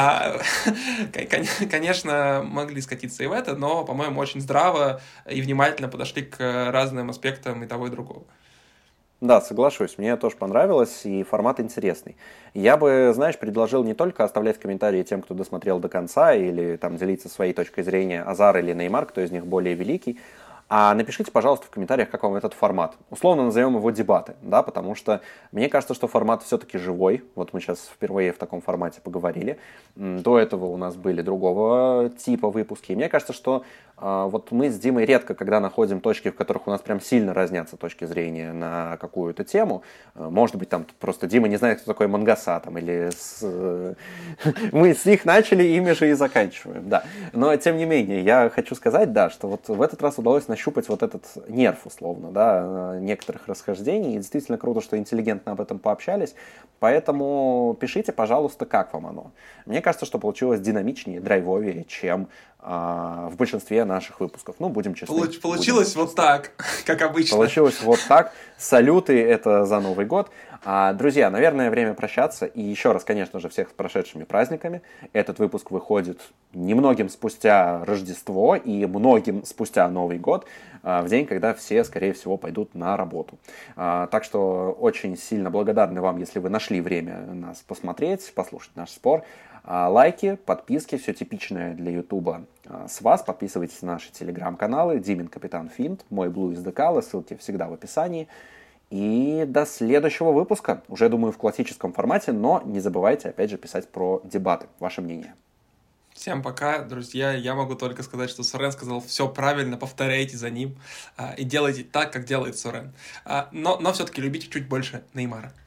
Конечно, могли скатиться и в это, но, по-моему, очень здраво и внимательно подошли к разным аспектам и того, и другого. Да, соглашусь, мне тоже понравилось, и формат интересный. Я бы, предложил не только оставлять комментарии тем, кто досмотрел до конца, или там делиться своей точкой зрения Азар или Неймар, кто из них более великий, а напишите, пожалуйста, в комментариях, как вам этот формат. Условно назовем его дебаты, да, потому что мне кажется, что формат все-таки живой. Вот мы сейчас впервые в таком формате поговорили. До этого у нас были другого типа выпуски. И мне кажется, что вот мы с Димой редко, когда находим точки, в которых у нас прям сильно разнятся точки зрения на какую-то тему. Может быть, там просто Дима не знает, кто такой Мангаса, там, или мы с них начали, ими же и заканчиваем, да. Но, тем не менее, я хочу сказать, да, что вот в этот раз удалось нащупать вот этот нерв, условно, да, некоторых расхождений. И действительно круто, что интеллигентно об этом пообщались. Поэтому пишите, пожалуйста, как вам оно. Мне кажется, что получилось динамичнее, драйвовее, чем в большинстве наших выпусков. Будем честны. Получилось вот так, как обычно. Получилось вот так. Салюты, это за Новый год. Друзья, наверное, время прощаться. И еще раз, конечно же, всех с прошедшими праздниками. Этот выпуск выходит немногим спустя Рождество и многим спустя Новый год, в день, когда все, скорее всего, пойдут на работу. Так что очень сильно благодарны вам, если вы нашли время нас посмотреть, послушать наш спор. Лайки, подписки, все типичное для Ютуба с вас. Подписывайтесь на наши телеграм-каналы. Димин Капитан Финт, мой Блу из Декала. Ссылки всегда в описании. И до следующего выпуска. Уже, думаю, в классическом формате, но не забывайте, опять же, писать про дебаты. Ваше мнение. Всем пока, друзья. Я могу только сказать, что Сорен сказал все правильно, повторяйте за ним и делайте так, как делает Сорен. Но все-таки любите чуть больше Неймара.